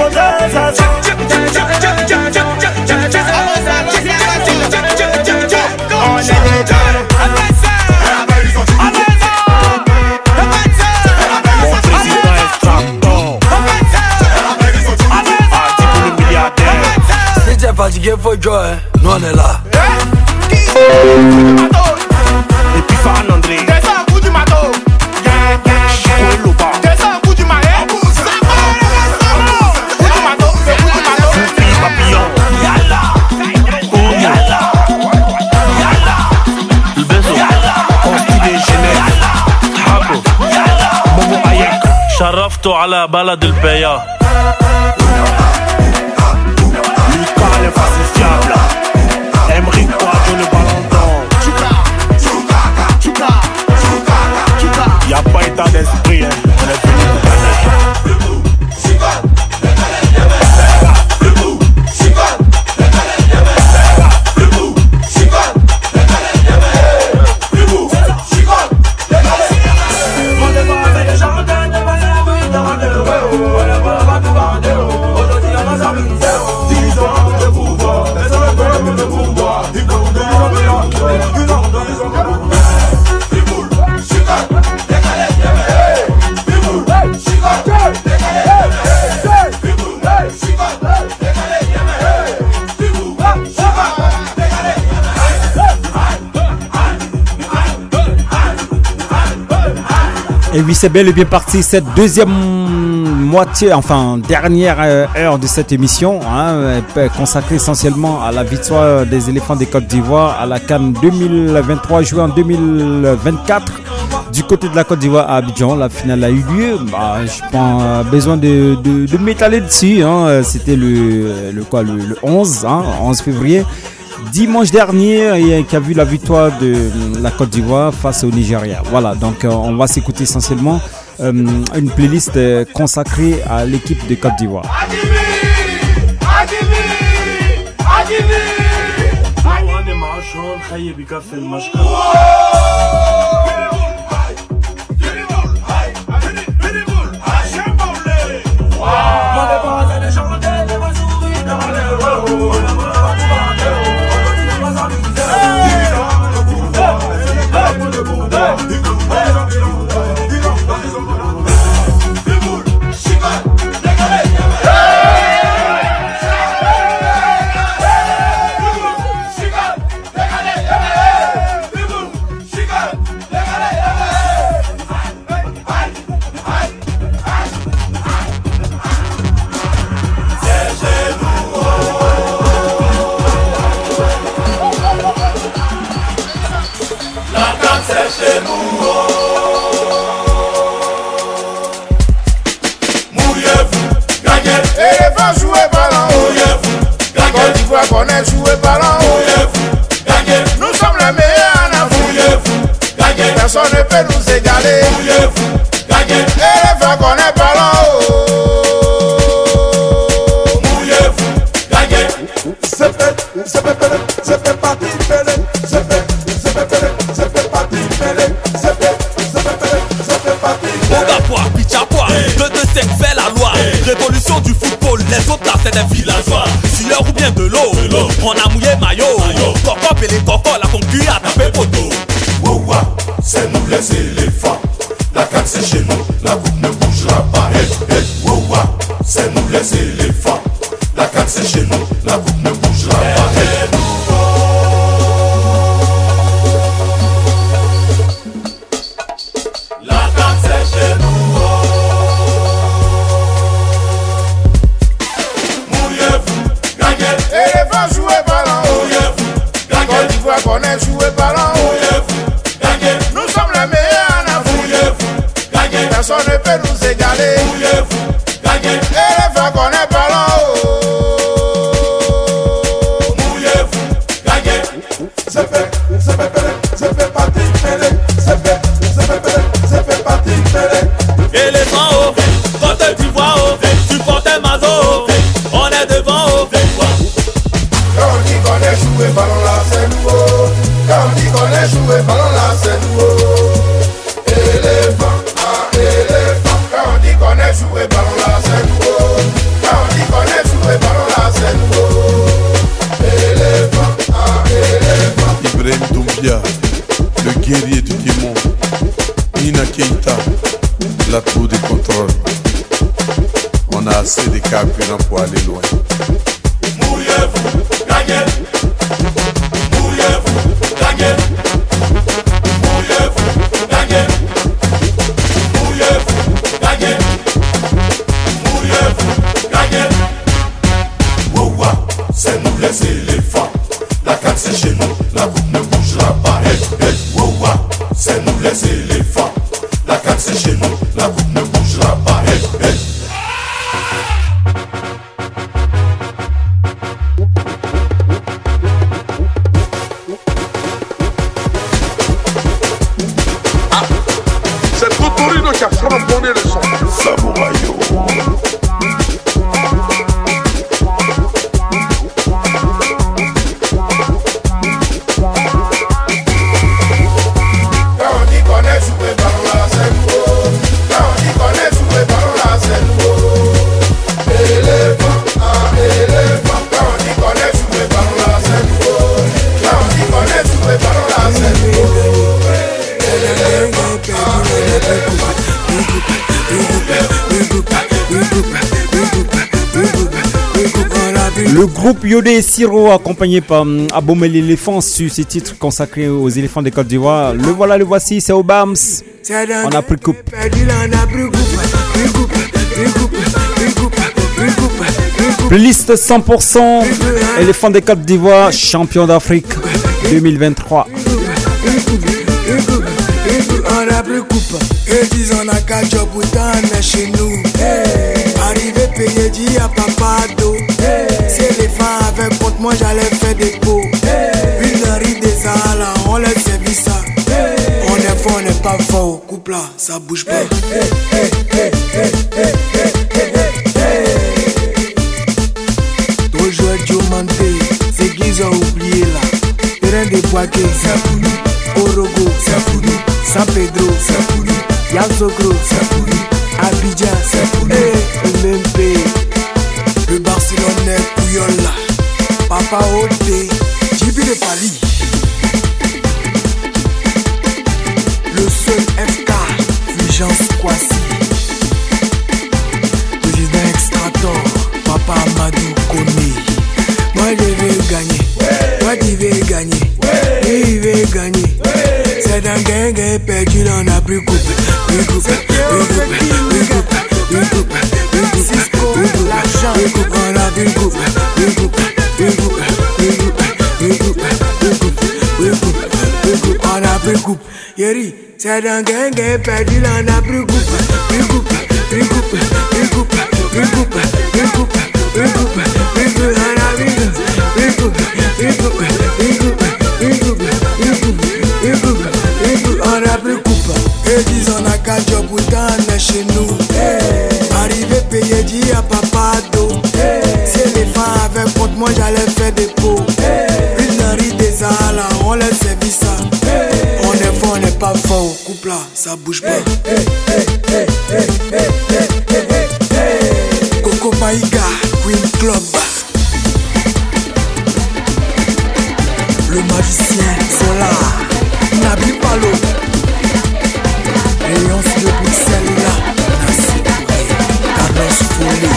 T: Si t'es fatigué, faut jouer. Nous on est là.
K: Et puis Fan André.
N: Descends, coup du matos. Descends, coup du marais. Coup du matos, c'est coup du matos.
K: Youpi Papillon.
N: Yalla.
K: Yalla. Yalla. Le beso. Consti de Genève. Habo. Momo Ayek.
U: شرفتوا على بلد البيا.
K: Lucas l'infalsifiable. Emric Quadro le ballon d'or. Y'a pas état d'esprit, hein. On est venu pour gagner.
I: Et oui, c'est bel et bien parti cette deuxième moitié, enfin dernière heure de cette émission, hein, consacrée essentiellement à la victoire des éléphants des Côte d'Ivoire à la CAN deux mille vingt-trois, jouée en deux mille vingt-quatre. Du côté de la Côte d'Ivoire à Abidjan, la finale a eu lieu. Bah, je pas besoin de, de, de m'étaler dessus. Hein. C'était le, le, quoi, le, le onze, hein, onze février. Dimanche dernier, qui a vu la victoire de la Côte d'Ivoire face au Nigeria. Voilà, donc euh, on va s'écouter essentiellement euh, une playlist euh, consacrée à l'équipe de Côte d'Ivoire.
K: Éléphant joué ballon. Côte d'Ivoire connaît jouer ballon. Nous sommes les meilleurs en Afrique. Personne ne peut nous égaler. Éléphant connaît ballon.
N: C'est fait, c'est fait, c'est fait partie Pelé. C'est fait, c'est fait, c'est fait partie Pelé. C'est fait, c'est fait, c'est fait partie Pelé.
A: Ogapois, Pichapois, deux deux cinq fait la loi. Révolution du football, les autres là c'est des villageois. Sueur ou bien de l'eau, on a mouillé maillot. Coco et les cocos, la concu a tapé poteau.
N: Ouah, c'est nous les éléphants. La canne c'est chez nous, la coupe ne bougera pas. Hey, hey, ouah, c'est nous les éléphants. La canne c'est chez nous, la coupe ne bougera pas. Hey.
K: La canne c'est chez nous. Mouillez-vous, gagnez. Éléphant jouer ballon. Mouillez-vous, gagnez. Côte d'Ivoire connaît jouer ballon. Mouillez-vous, gagnez. Nous sommes les meilleurs en Afrique. Mouillez-vous, gagnez. Personne ne peut nous égaler. Mouillez-vous, gagnez. Éléphant connaît ballon.
N: C'est fait, c'est fait Pelé, c'est fait partie Pelé. C'est fait, c'est fait Pelé, c'est fait partie Pelé.
A: Éléphant au, Côte d'Ivoire au, supporter Mazo, on est devant au.
K: Quand on dit qu'on est joué ballon là c'est nouveau. Quand on dit qu'on est joué ballon là c'est nouveau. Éléphant, ah éléphant. Quand on dit qu'on est joué ballon là c'est nouveau. Quand on dit qu'on est joué ballon là c'est nouveau. Éléphant, ah éléphant.
V: Ibrahim Doumbia, le guerrier du Guimond. Nina Keita, la tour de contrôle. On a assez de carburant pour aller loin.
K: Mouillez-vous, gagnez. Mouillez-vous, gagnez. Mouillez-vous, gagnez. Mouillez-vous, gagnez. Mouillez-vous, gagnez.
N: Ouah, c'est nous les éléphants. La canne c'est chez nous, la coupe ne bougera pas. Hey, hey, ouah, c'est nous les éléphants. La canne c'est chez nous, la coupe ne bougera pas. Hey, hey.
K: Ah, c'est Totorino qui a framboné le son.
N: Samouraïo.
I: Le groupe Yodé et Siro, accompagné par um, Abomel l'éléphant, sur ces titres consacrés aux éléphants des Côte d'Ivoire. Le voilà, le voici, c'est Obams. On a pris coupe. Playlist cent pour cent éléphants des Côte d'Ivoire, champion d'Afrique deux mille vingt-trois.
W: On a pris coupe. Et disons on a qu'à job ou t'en chez nous. Arrivé payé dit à papa d'eau. C'est les femmes avec compte, moi j'allais faire des pots. Une riz des Sahara, on leur servi ça. On est fort, on n'est pas fort. Coupe là, ça bouge pas. Trop joueur diamanté, c'est qu'ils ont oublié là. Terrain des Boaké, c'est pour nous. Orogo, c'est pour nous. San Pedro, c'est pour nous. Yamoussoukro, c'est pour nous. Abidjan, c'est pour nous. Le même pays. Le Barcelonais Puyol là. Papa Odé, Djibi de Pali. Le seul F K, Fulgence Kwasi. Président Extrator, Papa Amadou Kone. Moi je vais gagner, toi tu veux gagner, lui il veut gagner. C'est un gang perdu, on a pris coupe. Pris coupe, pris coupe, pris coupe, pris coupe, pris coupe, l'argent, pris coupe, on a pris coupe. Pris coupe, pris coupe, pris coupe, pris coupe, pris coupe, pris coupe, pris coupe, on a pris coupe. Yeri, c'est un gang perdu, on a pris coupe. Pris coupe, pris coupe, pris coupe, pris coupe, pris coupe, pris ça bouge pas. Coco Maïga, Queen Club. Le magicien Solar, Nabi Palo. Léonce de Bruxelles là, Nassi Touré, Carlos Folie.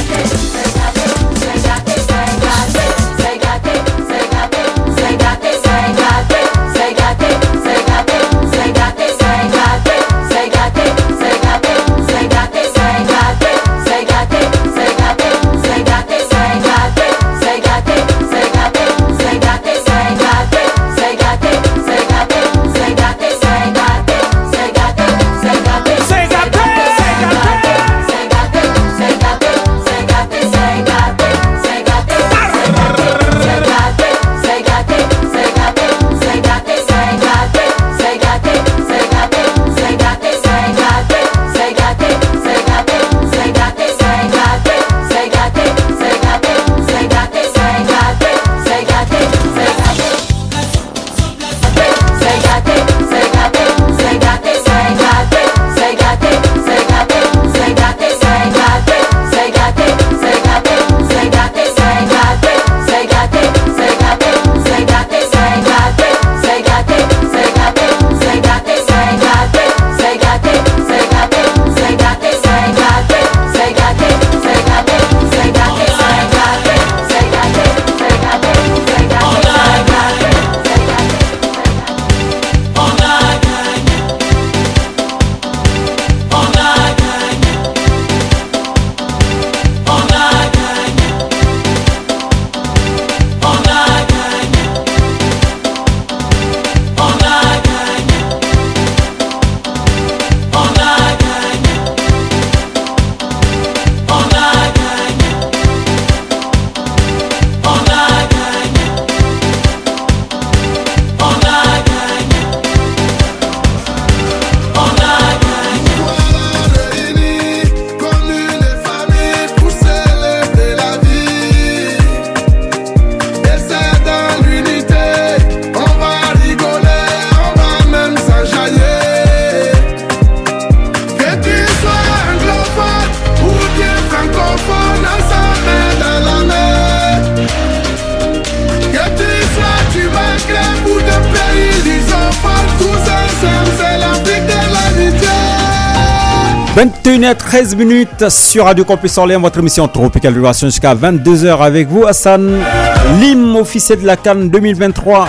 I: vingt et une heures treize minutes sur Radio Campus Orléans, votre émission Tropical Vibration jusqu'à vingt-deux heures avec vous, Hassan. L'hymne officiel de la CAN deux mille vingt-trois.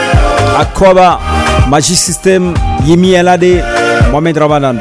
I: Akwaba, Magic System, Yemi Elade, Mohamed Ramadan.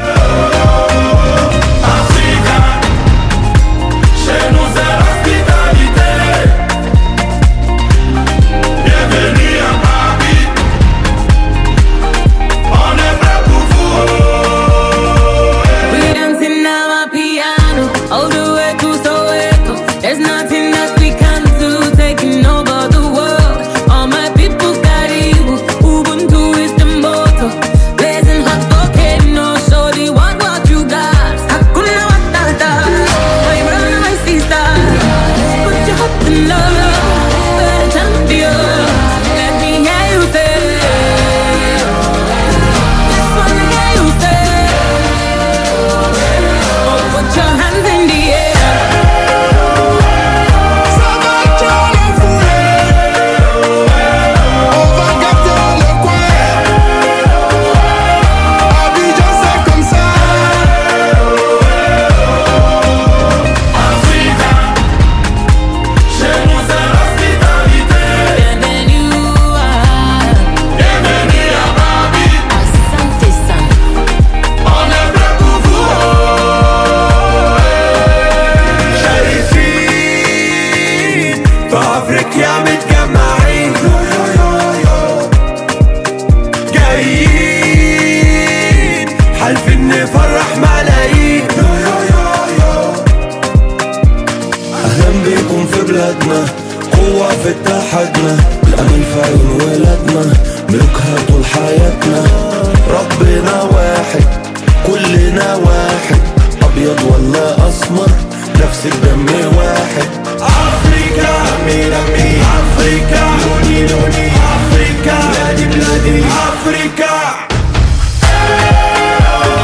N: Africa.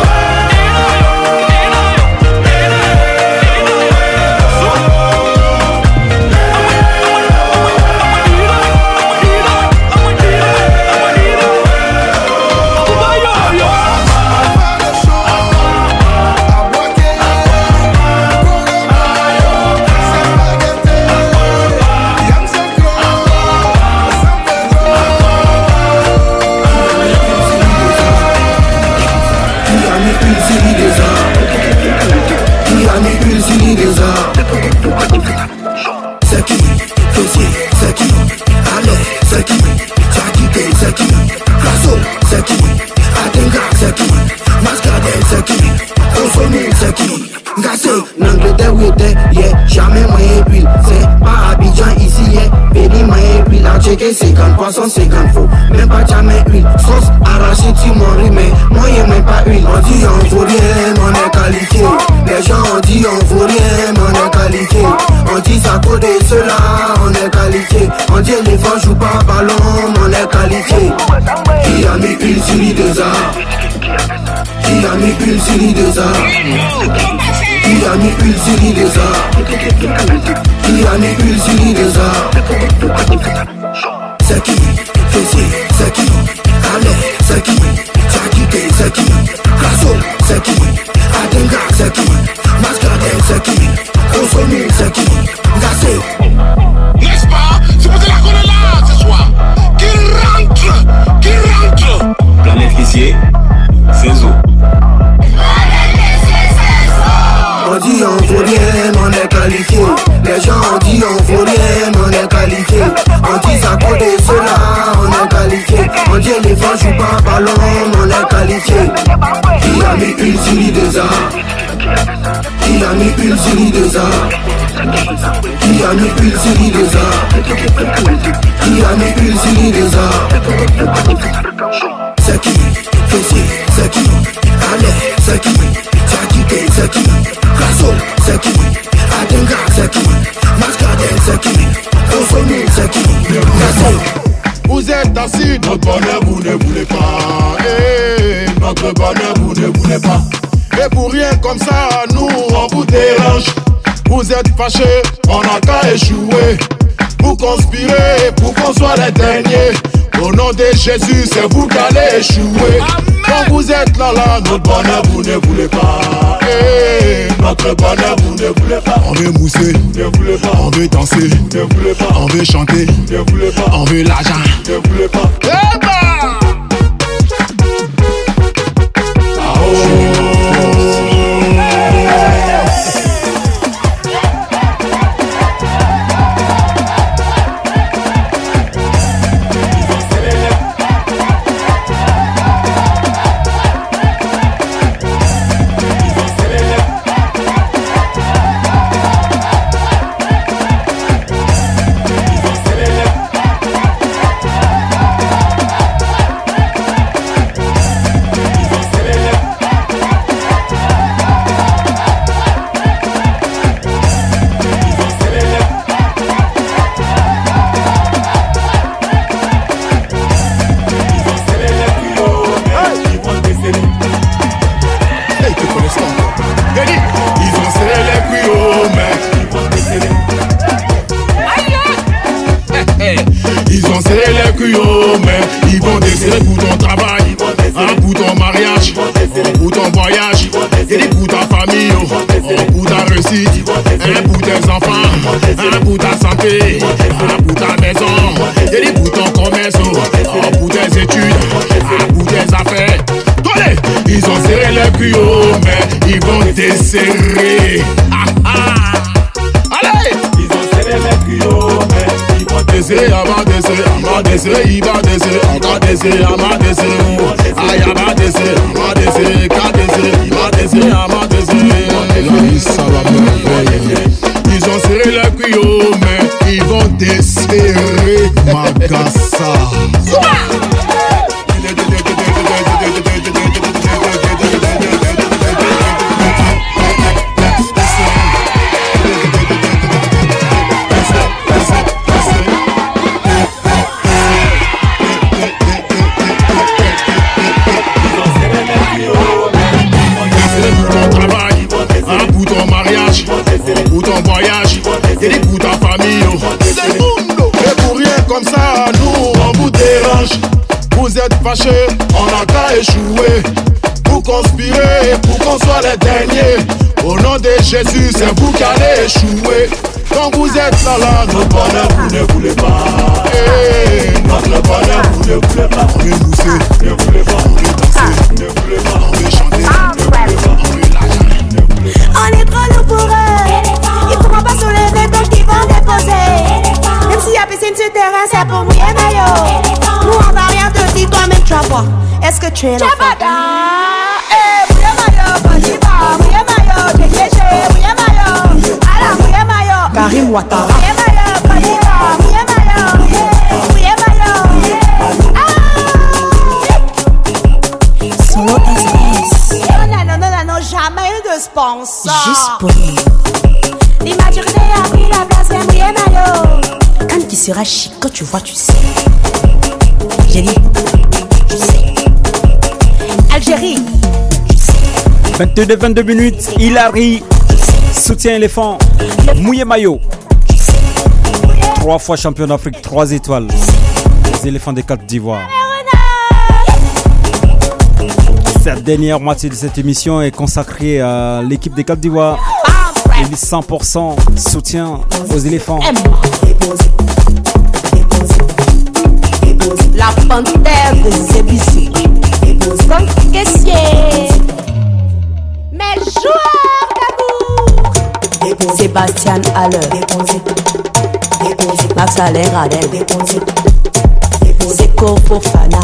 C: sur les arts. C'est qui, Fessier, c'est qui, Allez, c'est qui, Tchakite, c'est qui, Rasso, c'est qui, Atenga, c'est qui, Mascadel, c'est qui, Consommé, c'est qui. Gassé, l'Angleterre, oui, yeah, jamais moins épile. C'est pas Abidjan ici, yeah, Béni, moins épile. À checker cinquante poissons, cinquante faux. Même pas jamais huile. Sauce arrachée, tu m'en mais moi, y'a même pas huile. On dit on vaut rien, on est qualifié. Les gens ont dit on vaut rien, on est qualifié. On dit ça côté cela, on est qualifié. On dit les gens jouent pas ballon, on est qualifié. Qui a mis huile sur les deux arts? Qui a mis huile sur les deux arts? Qui a mis huile sur les deux arts? Qui a mis huile sur les deux arts? C'est qui? Fessier, c'est qui? Allez, c'est qui? Tchakite, c'est qui? Rasso, c'est qui? Atenga, c'est qui? Mascadel, c'est qui? Consommé, c'est qui? Gassé.
D: N'est-ce pas? C'est pour cela qu'on est là ce soir. Qui rentre? Qui rentre?
H: Planète Fessier, c'est Zo.
C: On dit on vaut rien, on est qualifié. Les gens ont dit on vaut rien, on est qualifié. On dit ça côté cela, on est qualifié. On dit les gens jouent pas ballon, on est qualifié. Qui a mis huile sur les deux arts? Qui a mis huile sur les deux arts? Qui a mis huile sur les deux arts? Qui a mis huile sur les deux arts? C'est qui? Fessier, c'est qui? Allez, c'est qui? Tchakite, c'est qui? Rasso, c'est qui? Atenga, c'est qui? Mascadel, c'est qui? Consommé, c'est qui?
D: Vous êtes assis, notre bonheur vous ne voulez pas. Et notre bonheur vous ne voulez pas. Et pour rien comme ça, nous on vous dérange. Vous êtes fâchés, on n'a qu'à échouer. Vous conspirez pour qu'on soit les derniers. Au nom de Jésus, c'est vous qui allez échouer. Quand vous êtes là, là, notre bonheur vous ne voulez pas. Hey, notre bonheur vous ne voulez pas.
X: On veut mousser,
D: ne voulez pas.
X: On veut danser,
D: ne voulez pas.
X: On veut chanter,
D: ne voulez pas.
X: On veut l'argent,
D: ne voulez pas. Eh ben! Ah oh. Un pour tes enfants, un pour ta santé, un pour ta maison, et pour ton commerce, un pour tes études, un pour tes affaires. Allez, ils ont serré les culots, mais ils vont desserrer. Ah, ah. Allez, ils ont serré les culots, mais ils vont desserrer, avant desserrer, avant desserrer, il va desserrer, encore desserrer, avant desserrer, aïe, avant desserrer, avant desserrer, qu'à desserrer, il va desserrer, avant desserrer. Ils ont serré les cuillots, mais ils vont desserrer Magassa. Pour ton voyage, et pour ta famille. Et pour rien comme ça, nous on vous dérange. Vous êtes fâchés, on n'a qu'à échouer. Vous conspirez pour qu'on soit les derniers. Au nom de Jésus, c'est vous qui allez échouer. Quand vous êtes là, là, notre bonheur vous ne voulez pas. Hey, notre bonheur vous ne voulez pas. On veut mousser, ne voulez pas. On veut danser, ne voulez pas. On veut chanter, ne voulez pas. On veut l'argent, ne voulez pas.
Y: On est trop lourd pour eux.
B: c'est pour mouiller maillot. Nous on va rien te dire, toi-même tu vas voir. Est-ce que tu es là? Eh, mouiller maillot, vas-y va, mouiller maillot, j'ai léché, mouiller maillot. Ala, mouiller maillot. Karim Ouattara. Mouiller maillot, vas-y va, mouiller maillot. Mouiller maillot. Ah.
M: Solo S S.
B: Non, non, non, non, non, jamais eu de sponsor.
M: Juste pour lui.
B: L'immaturité a pris la place d'un mouiller maillot.
M: Quand tu seras chic, quand tu vois, tu sais. J'ai dit, je sais.
B: Algérie.
I: vingt-deux vingt-deux minutes, Hilary, soutien éléphant, mouillé maillot. Trois fois champion d'Afrique, trois étoiles. Les éléphants des Côte d'Ivoire. Cette dernière moitié de cette émission est consacrée à l'équipe des Côte d'Ivoire. Et cent pour cent soutien aux éléphants.
B: La panthère de Zébissi. Comme caissier. Mes joueurs d'amour.
M: Sébastien Haller. Max Alain Radel. Seko Fofana.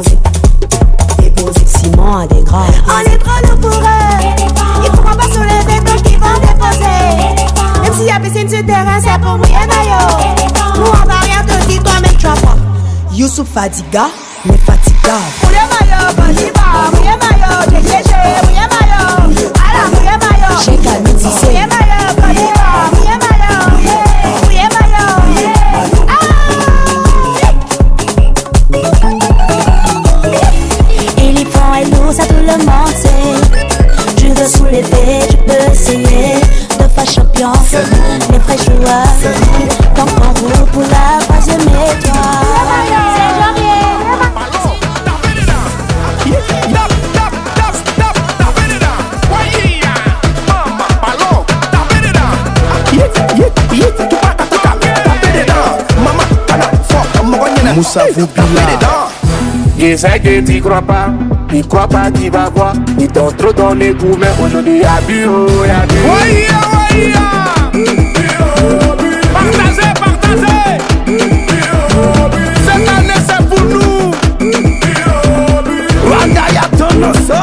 M: Simon Adegra.
B: On est trop lourd pour eux. Ils ne pourront pas soulever donc ils vont déposer. Même s'il y a piscine sur terrain, c'est pour mouiller maillot. Nous on va rien te dire, toi-même tu vas voir.
M: Youssouf Fadiga, mais fatigable.
B: Mouiller maillot, vas-y va, mouiller maillot. J'ai léché, mouiller maillot. Ala, mouiller maillot.
M: J'ai calmé Tissé.
B: Mouiller maillot, vas-y va, mouiller maillot. Mouiller maillot.
M: Ah. Éléphant est lourd, ça tout le monde sait. Je veux soulever, je peux essayer. Deux fois champion, les vrais joueurs. Donc on roule pour la troisième étoile.
B: C'est janvier.
D: Moussa Voupila.
E: Il sait que t'y crois pas, il croit pas qu'il va voir. Il t'a trop donné coup, mais aujourd'hui y'a bu, oh, y'a bu.
D: Ouaya, ouaya.
E: Partagez, partagez.
D: Cette année c'est pour nous. Rwanda y'a ton osso.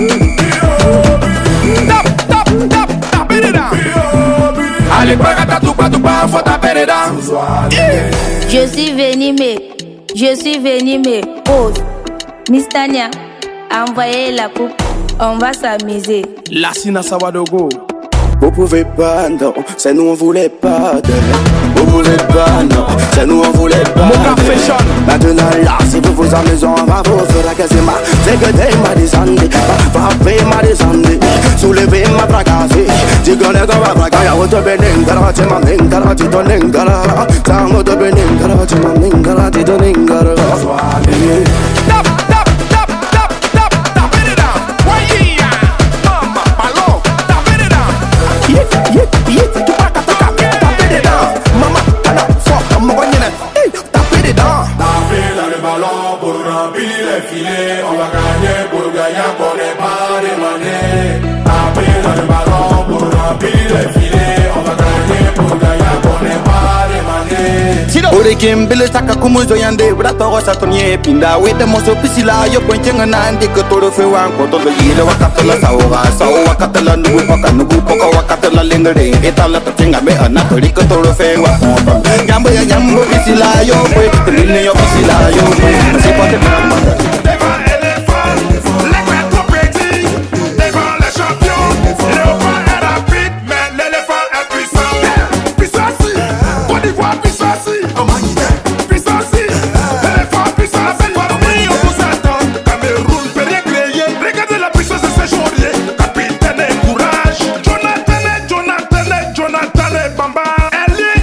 D: Tap, tap, tap, tapez dedans. Allez, pas qu'à tout pas, tout pas, faut taper dedans.
L: Je suis venimé, je suis venimé. Pause. Miss Tania, envoyez la coupe, on va s'amuser.
D: La Sina Sawadogo.
X: Vous pouvez pas, non, c'est nous on voulait pas de. Vous pouvez pas, non, c'est nous on voulait pas de. Maintenant là, si vous vous amusez, on va vous faire la casema. C'est que des m'a descendu, frappez m'a descendu, soulevez m'a fracassé. Tu connais qu'on va fracasser. Y'a autre beningara, tu m'as ningara, tu t'en ningara. T'as un autre beningara, tu m'as ningara, tu t'en ningara.
D: Tap, tap, tap, tap, tap, tapez dedans. Ouaya, maman, ballon, tapez dedans. Yit, yit, yit, tu pas qu'à taper dedans. Maman, t'as fort, maman, tapez dedans.
E: Tapez dans le ballon pour remplir les filets. On va gagner pour gagner, on n'est pas demandé. Tapez dans le ballon pour remplir les filets. On va gagner pour gagner, on n'est pas demandé.
X: Ore kimbele saka kumuzo yande Brata rosa tonye pinda Wete moso pisila yo ponchenga nande Kotoro fe wanko Todo yile wakatala saoga Sao wakatala nugu poka Nugu poka wakatala lingere Etala tachenga me anatori Kotoro fe wakon Nyambo ya nyambo pisila yo kwe Rine yo pisila yo kwe Sipote mama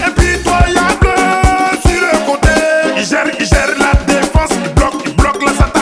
E: Il gère la défense, il bloque, il bloque la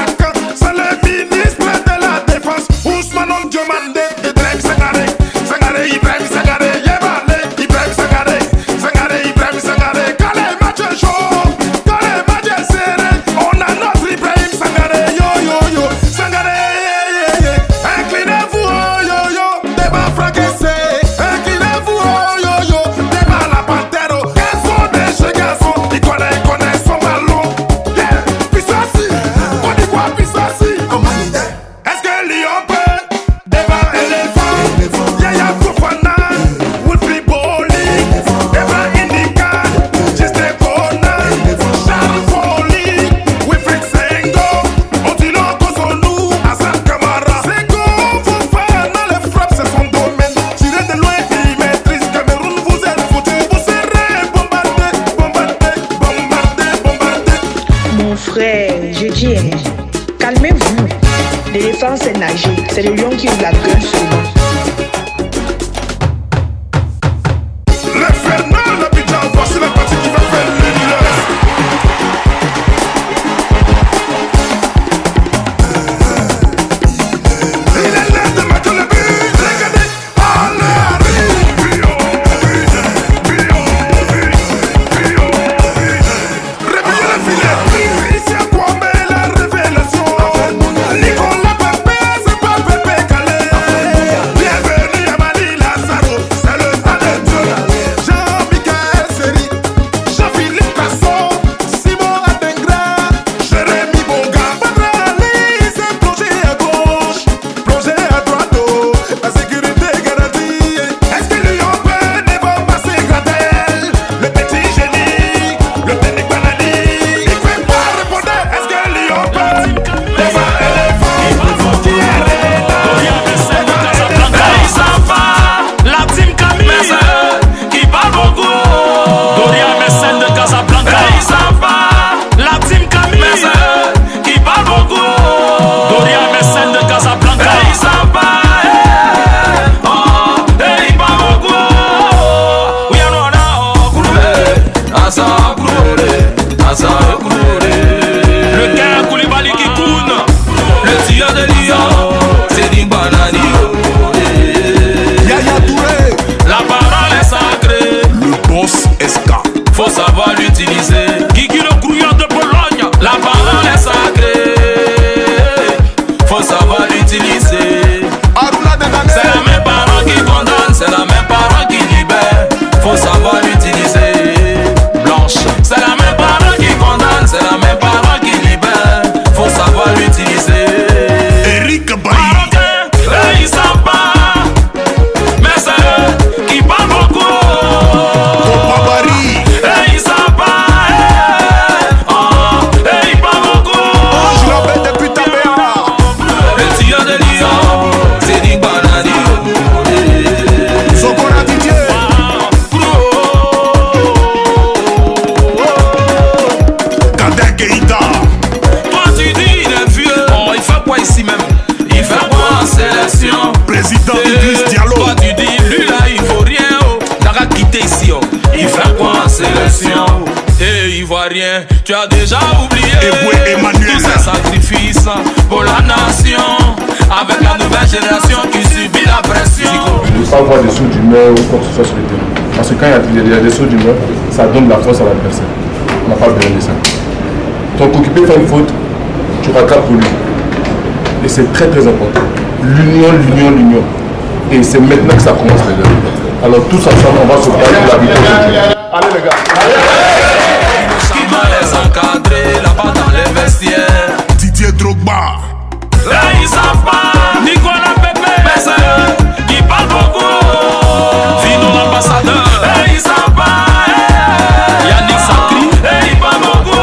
A: rien, tu as déjà oublié
D: Emmanuel.
A: tous ces sacrifices pour la nation. Avec la nouvelle génération qui subit la pression.
G: Il ne faut pas avoir des sauts d'humeur ou quoi que ce soit sur le terrain. Parce que quand il y a des sauts d'humeur, ça donne de la force à l'adversaire. On n'a pas besoin de ça. Ton coéquipier fait une faute, tu rattrapes pour lui. Et c'est très très important. L'union, l'union, l'union. Et c'est maintenant que ça commence les gars. Alors tous ensemble, on va se battre pour la victoire. Allez les gars.
A: Qui doit les encadrer là-bas dans les vestiaires.
D: Didier Drogba.
A: Là ils savent pas. Nicolas Pepe, mais c'est eux qui parlent beaucoup. Vino l'ambassadeur. Là ils savent pas. Yannick Sakri, là ils parlent beaucoup.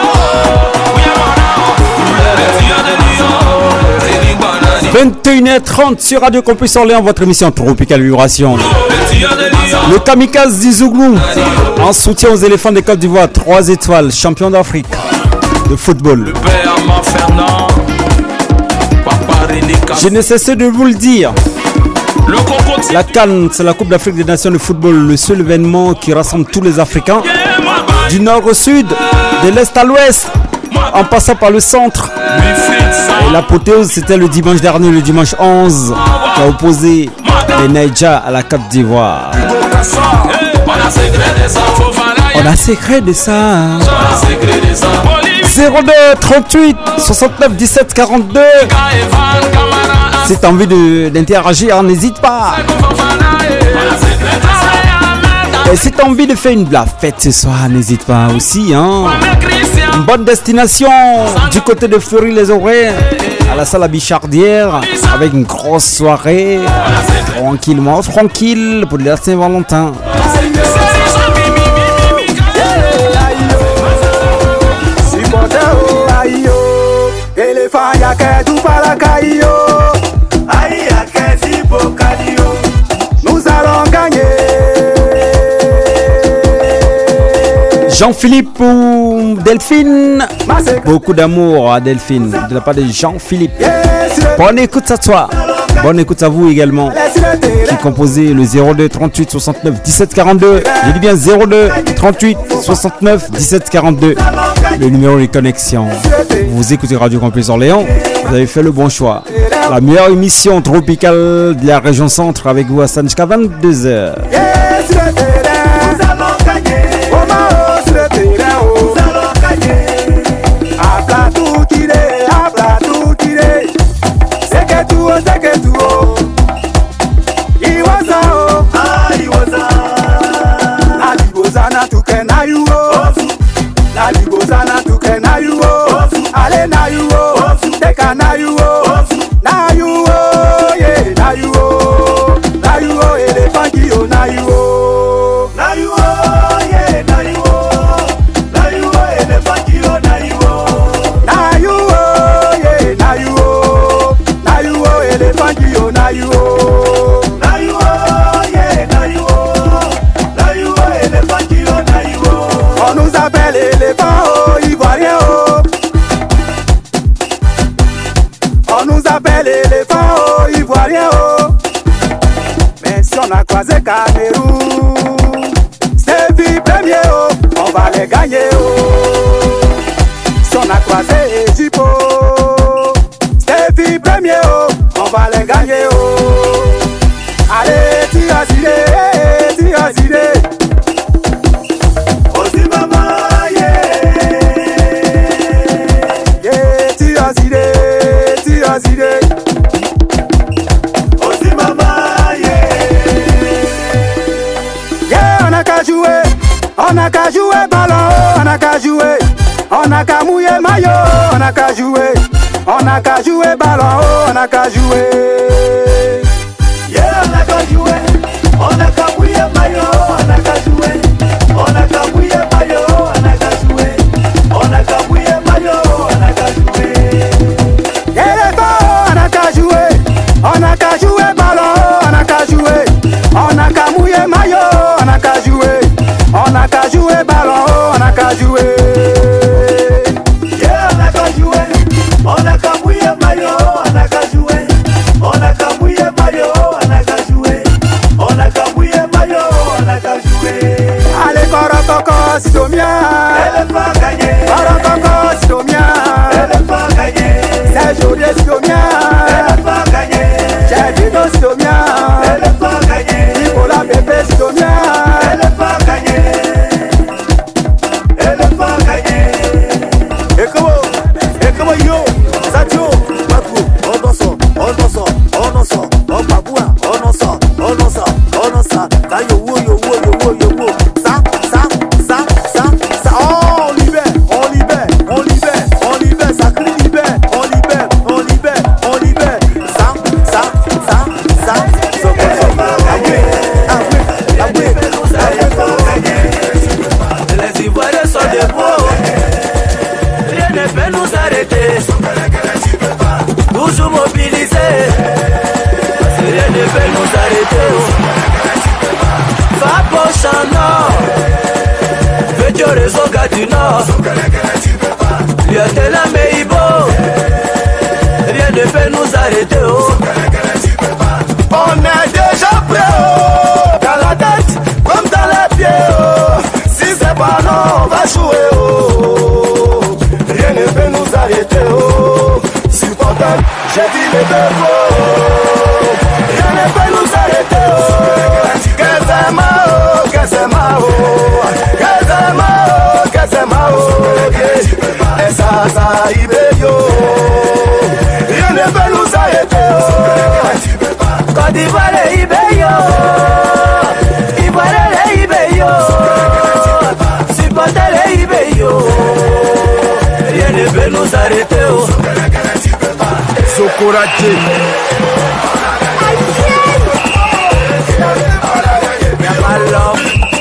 I: vingt et une heures trente sur Radio Campus Orléans, votre émission Tropical Vibration. Le Kamikaze d'Izouglou, en soutien aux éléphants des Côte d'Ivoire, trois étoiles, champion d'Afrique de football. Je ne cesse de vous le dire. La CAN, c'est la Coupe d'Afrique des Nations de football, le seul événement qui rassemble tous les Africains, du nord au sud, de l'est à l'ouest, en passant par le centre. Et l'apothéose, c'était le dimanche dernier, le dimanche onze, qui a opposé les Niger à la Côte d'Ivoire. On a secret de ça. zéro deux trente-huit soixante-neuf dix-sept quarante-deux. Si t'as envie d'interagir, n'hésite pas. Et si t'as envie de faire une la fête ce soir, n'hésite pas aussi. Hein. Une bonne destination du côté de Fleury-les-Aubrais, à la salle à Bichardière, avec une grosse soirée. Tranquillement, tranquille pour la Saint-Valentin.
X: Nous allons gagner.
I: Jean-Philippe ou Delphine, beaucoup d'amour à Delphine de la part de Jean-Philippe. Bonne écoute à toi, bonne écoute à vous également qui composez le zéro deux trente-huit soixante-neuf dix-sept quarante-deux. Je dis bien zéro deux trente-huit soixante-neuf dix-sept quarante-deux, le numéro de connexion. Vous écoutez Radio Campus Orléans, vous avez fait le bon choix. La meilleure émission tropicale de la région centre avec vous à jusqu'à vingt-deux heures.
X: Ale na you oh, take a na you oh, na you oh, yeah, na you oh, na you oh, elephant you na you oh, na you oh, yeah, na you oh, na you oh, elephant you na you oh, na you oh, yeah, na you oh, na you oh, elephant you na you oh, na you oh, yeah, na you oh, na you oh, elephant you na you oh. On nous appelle éléphant oh, ivoirien oh. On nous appelle éléphant oh, ivoirien oh. Mais si on a croisé Cameroun, c'est vie premier oh, on va les gagner oh. Si on a croisé Égypte oh, c'est vie premier oh, on va les gagner oh. Allez, tu as idée, tu as idée. Aussi maman, yeah, yeah, tu as idée, tu as idée. Aussi maman, yeah, yeah, on a qu'à jouer, on a qu'à jouer ballon, on a qu'à jouer, on a qu'à mouiller maillot, on a qu'à jouer, on a qu'à jouer ballon, on a qu'à jouer. Yeah, on a qu'à jouer, on a qu'à mouiller maillot, on a qu'à jouer, on a qu'à mouiller maillot, on a qu'à jouer, on a qu'à mouiller maillot, on a qu'à jouer. Éléphant, on a qu'à jouer, on a qu'à jouer ballon, on a qu'à jouer, on a qu'à mouiller maillot, on a qu'à jouer, on a qu'à jouer ballon, on a qu'à jouer. Yeah, on a qu'à jouer, on a qu'à mouiller maillot, on a qu'à jouer, on a qu'à mouiller maillot, on a qu'à jouer, on a qu'à mouiller maillot, on a qu'à jouer. Allez, coro coco, si tu viens, éléphant. Ça yo wo yo wo yo wo yo wo. Ça, ça, ça, ça, ça. Oh, on libère, on libère, on libère, on libère. Ça crie libère, on libère, on libère, on libère. Ça, ça, ça, ça. So so so. Aboué, aboué, aboué.
J: Les Ivoiriens sont des pros. Rien ne peut nous arrêter. Toujours mobilisés. Rien ne peut nous arrêter. Va pour champ nord. Veux-tu réseau gars du nord. Lieutenant Meibo. Rien ne peut nous arrêter. Oh.
X: On est déjà prêt. Oh.
J: Dans la tête comme dans les pieds. Oh.
X: Si c'est pas non, on va jouer. Oh. Rien ne peut nous arrêter. Oh. Supporter, j'ai dit les deux mots. Rien ne peut nous arrêter. Oh. Kazema, oh, Kazema, oh. Kazema, oh, Kazema, oh. Et ça, ça, Ibeyo. Rien ne peut nous arrêter. Oh.
J: Côte d'Ivoire et Ibeyo. Ivoire et Ibeyo. Supporter et Ibeyo. Rien ne peut nous arrêter. Oh.
X: Sokoraté.
J: Alors,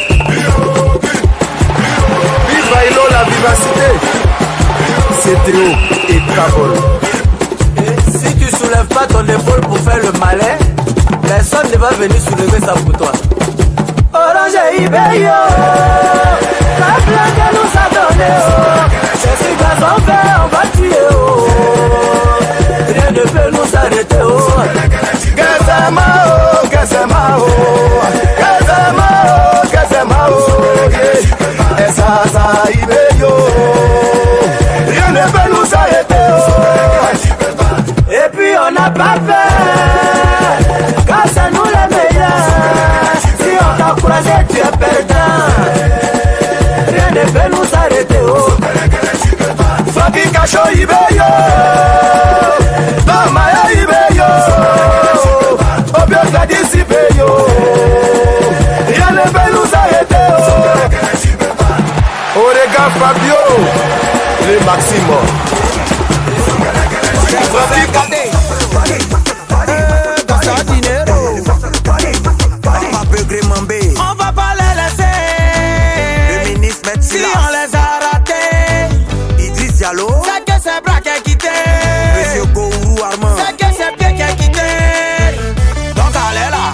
X: viva Ilo, la vivacité. C'est Théo et Tabol.
J: Si tu soulèves pas ton épaule pour faire le malin, personne ne va venir soulever ça pour toi. Orange et Ibeyo, la blague nous a donné. Oh. Je suis gazon vert, on va tuer. Oh. Rien ne peut nous arrêter. Oh.
X: Kazema, oh, Kazema, oh. Kazema, oh, Kazema, oh. Yeah. Et ça, ça, Ibeyo. Rien ne peut nous arrêter. Oh.
J: Et puis on n'a pas peur, car c'est nous les meilleurs. Si on t'a croisé, tu es perdant. Rien ne peut nous arrêter. Oh.
X: Faki Kacho Ibeyo. Bamaya Ibeyo. Obio Gladys Ibeyo. Rien ne peut nous arrêter. Oh. Orega Fabio. Les Maximo.
J: On va pas les laisser.
X: Le ministre
J: Si on les a ratés,
X: Idriss Diallo.
J: c'est que c'est bras qui a quitté.
X: Monsieur Gourou Armand.
J: C'est que c'est pied qui a quitté. Donc allez là.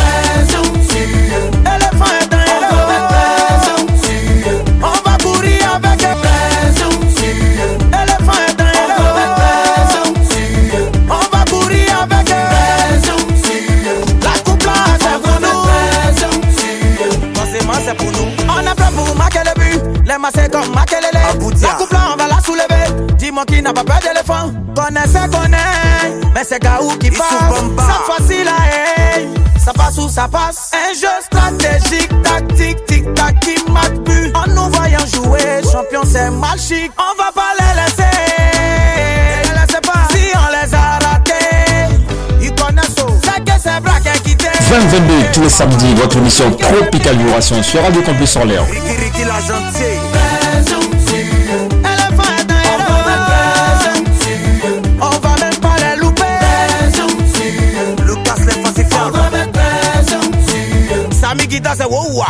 J: Éléphant est un éléphant. On va courir avec un éléphant est un éléphant. On va courir avec un. La coupe là c'est pour nous. Forcément c'est pour nous. On est prêt pour marquer le but. Les massés comme Makelele. La coupe là on va la soulever. Dis-moi qui n'a pas peur d'éléphant. Connaissez, connaît. Mais c'est Gaou qui passe. C'est facile à hey. Ça passe ou ça passe. Un jeu stratégique, tactique, tic-tac qui mate but. En nous voyant jouer, champion c'est mal chic. On va pas les laisser. Les laissez pas. Si on les a ratés, ils connaissent tout. C'est que c'est bras qui a quitté.
F: vingt vingt-deux tous les samedis, votre émission Tropical Vibration sur Radio Campus Orléans.
X: Ricky Ricky la gentille.
J: Éléphant est un éléphant. On va même pas les louper.
X: Lucas les pacifiants.
J: Sami Guita c'est wow.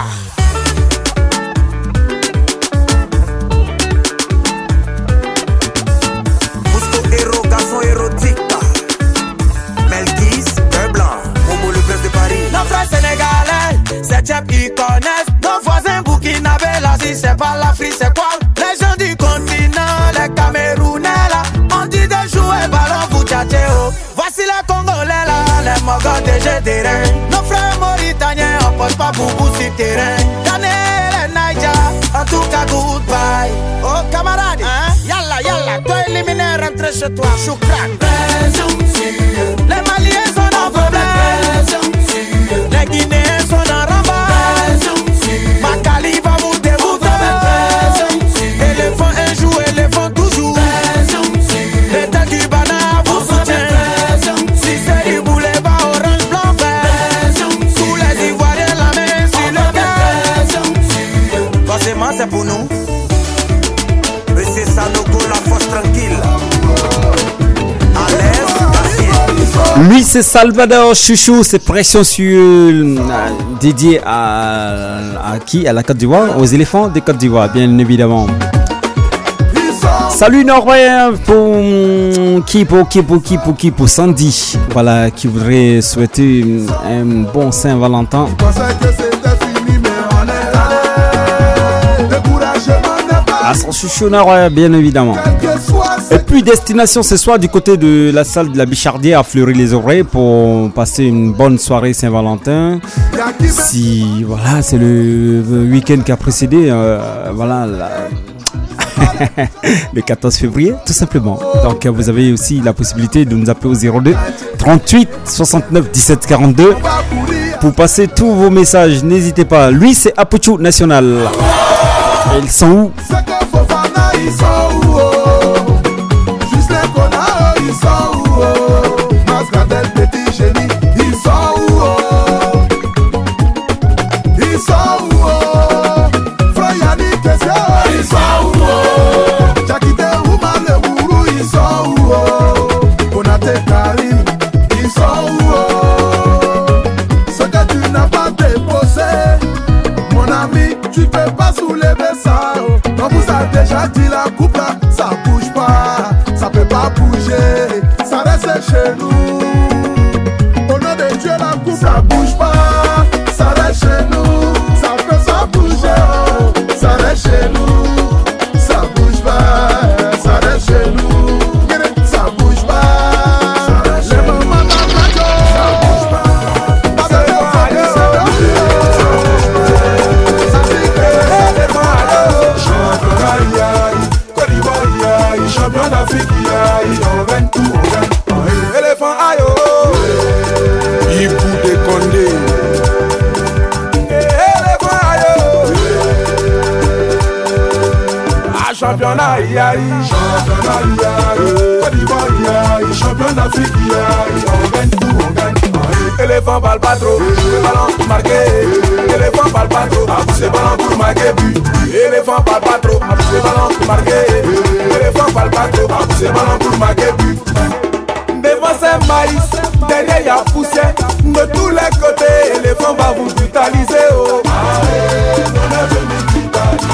X: Busco héros, garçon érotique. Melkis, cœur blanc. Momo le prince de Paris.
J: Nos frères sénégalais, c'est Tchèp, ils connaissent. Nos voisins burkinabés, là, si c'est pas l'Afrique, c'est quoi? Les gens du continent, les Camerounais, là. On dit de jouer ballon pour tchatcher, oh. Voici les Congolais, là, les Mogos de jeu terrain. Nos frères mauritaniens, on pose pas boubou sur terrain. Ghanais, les Niger, en tout cas, goodbye. Oh, camarade, hein? Yalla, yalla, toi éliminé, rentre chez toi, choukran. Les Maliens sont en problème. Les Guinéens sont en rabat. Makali va vous dérouter. Éléphant un jour, éléphant toujours. L'État cubain vous soutient. Si c'est du boulevard orange, blanc, vert. Tous les Ivoiriens la main.
I: Lui, c'est Salvador Chouchou, c'est Pression sur euh, dédié à, à qui? À la Côte d'Ivoire, aux éléphants des Côte d'Ivoire, bien évidemment. Salut Nord-Ouest pour qui, pour qui, pour qui, pour qui, pour Sandy, voilà, qui voudrait souhaiter un bon Saint-Valentin. À son chouchou Nord-Ouest, bien évidemment. Et puis destination ce soir du côté de la salle de la Bichardière à Fleury-les-Aubrais pour passer une bonne soirée Saint-Valentin. Si voilà, c'est le week-end qui a précédé, euh, voilà. La... le quatorze février, tout simplement. Donc vous avez aussi la possibilité de nous appeler au zéro deux trente-huit soixante-neuf dix-sept quarante-deux pour passer tous vos messages. N'hésitez pas. Lui, c'est Apuchu National. Et ils sont où?
O: Déjà dit la coupe là, ça bouge pas, ça peut pas bouger, ça reste chez nous. Au nom de Dieu la coupe ça bouge pas, ça reste chez nous, ça peut pas bouger, ça reste chez nous, ça bouge pas, ça reste chez nous, ça bouge pas, ça reste chez nous, ça bouge pas, ça champion d'Afrique, on gagne tout, on gagne. Éléphant aïe, il bout de Condé. Éléphant aïe, ah championnat aïe, championnat aïe, Côte d'Ivoire aïe, champion d'Afrique aïe, on gagne tout, on gagne. Éléphant balle pas trop, le ballon marqué. Éléphant balle pas trop, c'est ballon pour marquer but. Éléphant balle pas trop, c'est ballon pour marquer. Éléphant balle pas trop, c'est ballon pour marquer but. Devant c'est maïs, derrière y'a poussière. De tous les côtés, éléphant va vous brutaliser. Oh. Allez, on est venu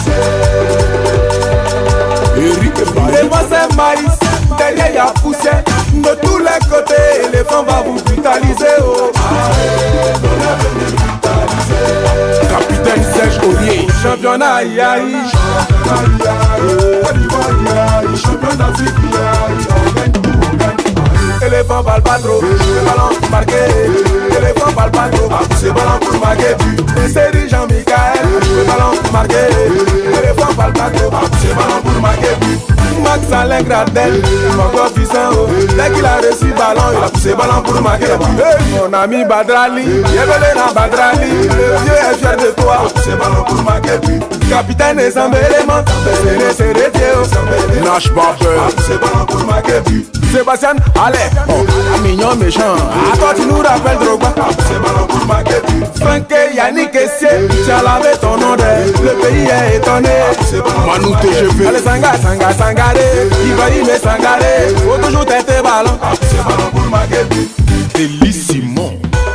O: brutaliser. Devant c'est maïs, derrière y'a poussière. De tous les côtés, éléphant va vous brutaliser. Oh. Allez, on est venu brutaliser. Capitaine Serge Aurier, championnat aïe aïe. Championnat aïe aïe, champion d'Afrique aïe, on gagne tout, on gagne. Éléphant balle pas trop, le ballon marqué. Éléphant balle pas trop, c'est ballon pour marquer but. C'est Jean-Michel, le ballon marqué. Éléphant balle pas trop, c'est ballon pour marquer but. Max Alain Gradel, encore puissant, oh. Dès qu'il a reçu ballon, il a poussé ballon pour marquer. Hey, mon ami Badrali, bienvenue dans Badrali. Le vieux est fier de toi, poussé ballon pour marquer but. Capitaine et sans élément, serré, serré, Dieu. Lâche pas peur, poussé ballon pour marquer but. Sébastien, allez, oh, mignon méchant. À toi tu nous rappelles Drogba, poussé ballon pour marquer but. Franck Yannick Essier, tu as lavé ton nom de. Le pays est étonné, poussé ballon pour marquer but. Allez, Sanga, Sanga, Sanga. Il va y mettre Sangaré, faut toujours tenter ballon. C'est ballon pour marquer but. Bellissimo.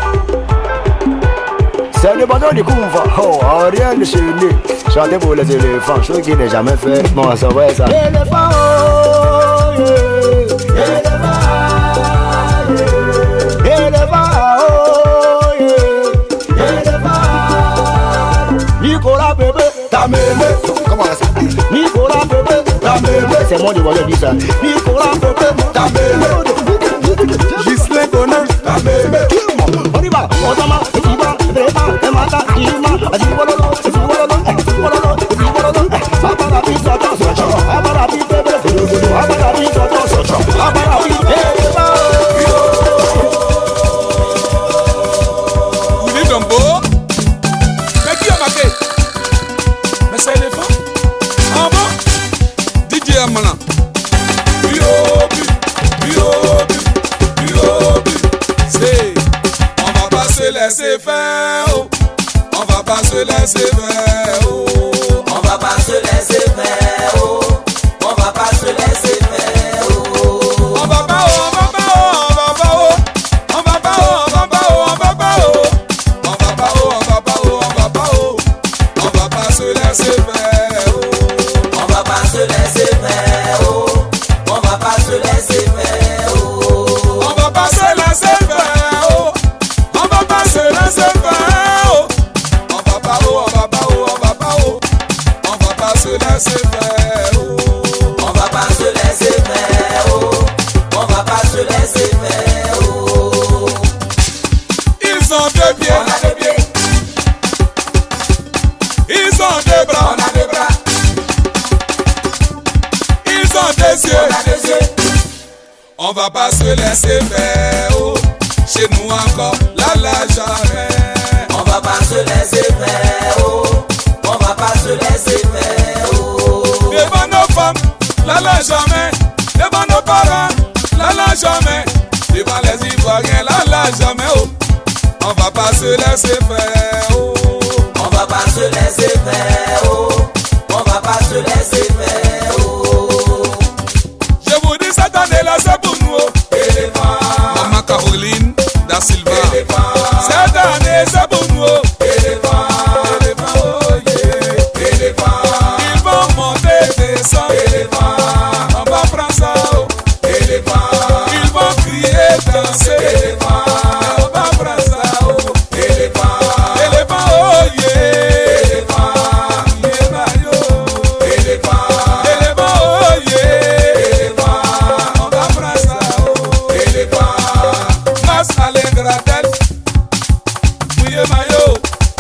X: C'est le ballon du Koumfa, oh, rien de chez lui. Chantez pour les éléphants, chose qu'il n'a jamais fait. Bon, ça va ça. Éléphant, oh, yeah. Éléphant, yeah. Éléphant, oh, yeah. Éléphant. Nicolas bébé, ta mémé. Comment ça? Nicolas bébé. C'est moi de voir le ça. Nicolas Pépé, ta bébé.
O: Gislain Conan, ta bébé.
X: On y va, on s'en va, et tu vas, et tu vas, et mata, il m'a, et tu vas là, et tu vas là, et tu vas là, et tu vas là. Abarabi, soto, soto, abarabi, bébé, abarabi, soto, soto, abarabi, bébé.
O: Vous dites un beau? Mais qui a marqué? Mais c'est l'éléphant. Ah bon? D J Amala. Biobi, biobi, biobi. C'est, on va pas se laisser faire. Oh. On va pas se laisser faire. Oh.
P: On va pas se laisser faire. Oh. On va pas se laisser faire. Oh.
O: On va pas, oh, on va pas, oh, on va pas, oh.
Q: laisser faire. Oh.
P: On va pas se laisser faire. Oh. On va pas se laisser faire. Oh.
Q: Ils ont deux pieds.
P: On a deux pieds.
Q: Ils ont deux bras.
P: On a deux bras.
Q: Ils ont des yeux.
P: On a deux yeux.
Q: On va pas se laisser faire. Oh. Chez nous encore, là là jamais.
P: On va pas se laisser faire. Oh. On va pas se laisser faire. Oh.
Q: Devant nos femmes, là là jamais. Devant nos parents, là là jamais. Devant les Ivoiriens, là là jamais. Oh. On va pas se laisser faire. Oh.
P: On va pas se laisser faire. Oh. On va pas se laisser faire. Oh.
Q: Je vous dis cette année là c'est pour nous.
P: Éléphant.
Q: Maman Caroline da Silva.
P: Éléphant.
Q: Cette année c'est pour nous.
P: Éléphant.
Q: Éléphant, oh yeah.
P: Éléphant.
Q: Ils vont monter, descendre.
P: Éléphant.
Q: On va prendre ça. Oh.
P: Éléphant.
Q: Ils vont crier, danser.
P: Éléphant.
Q: On va prendre ça. Oh.
P: Éléphant.
Q: Éléphant, oh yeah.
P: Éléphant.
Q: Yeah, mayo.
P: Éléphant.
Q: Éléphant, oh yeah.
P: Éléphant.
Q: On va prendre ça. Oh.
P: Éléphant.
Q: Mas Alengratel. Mouye mayo.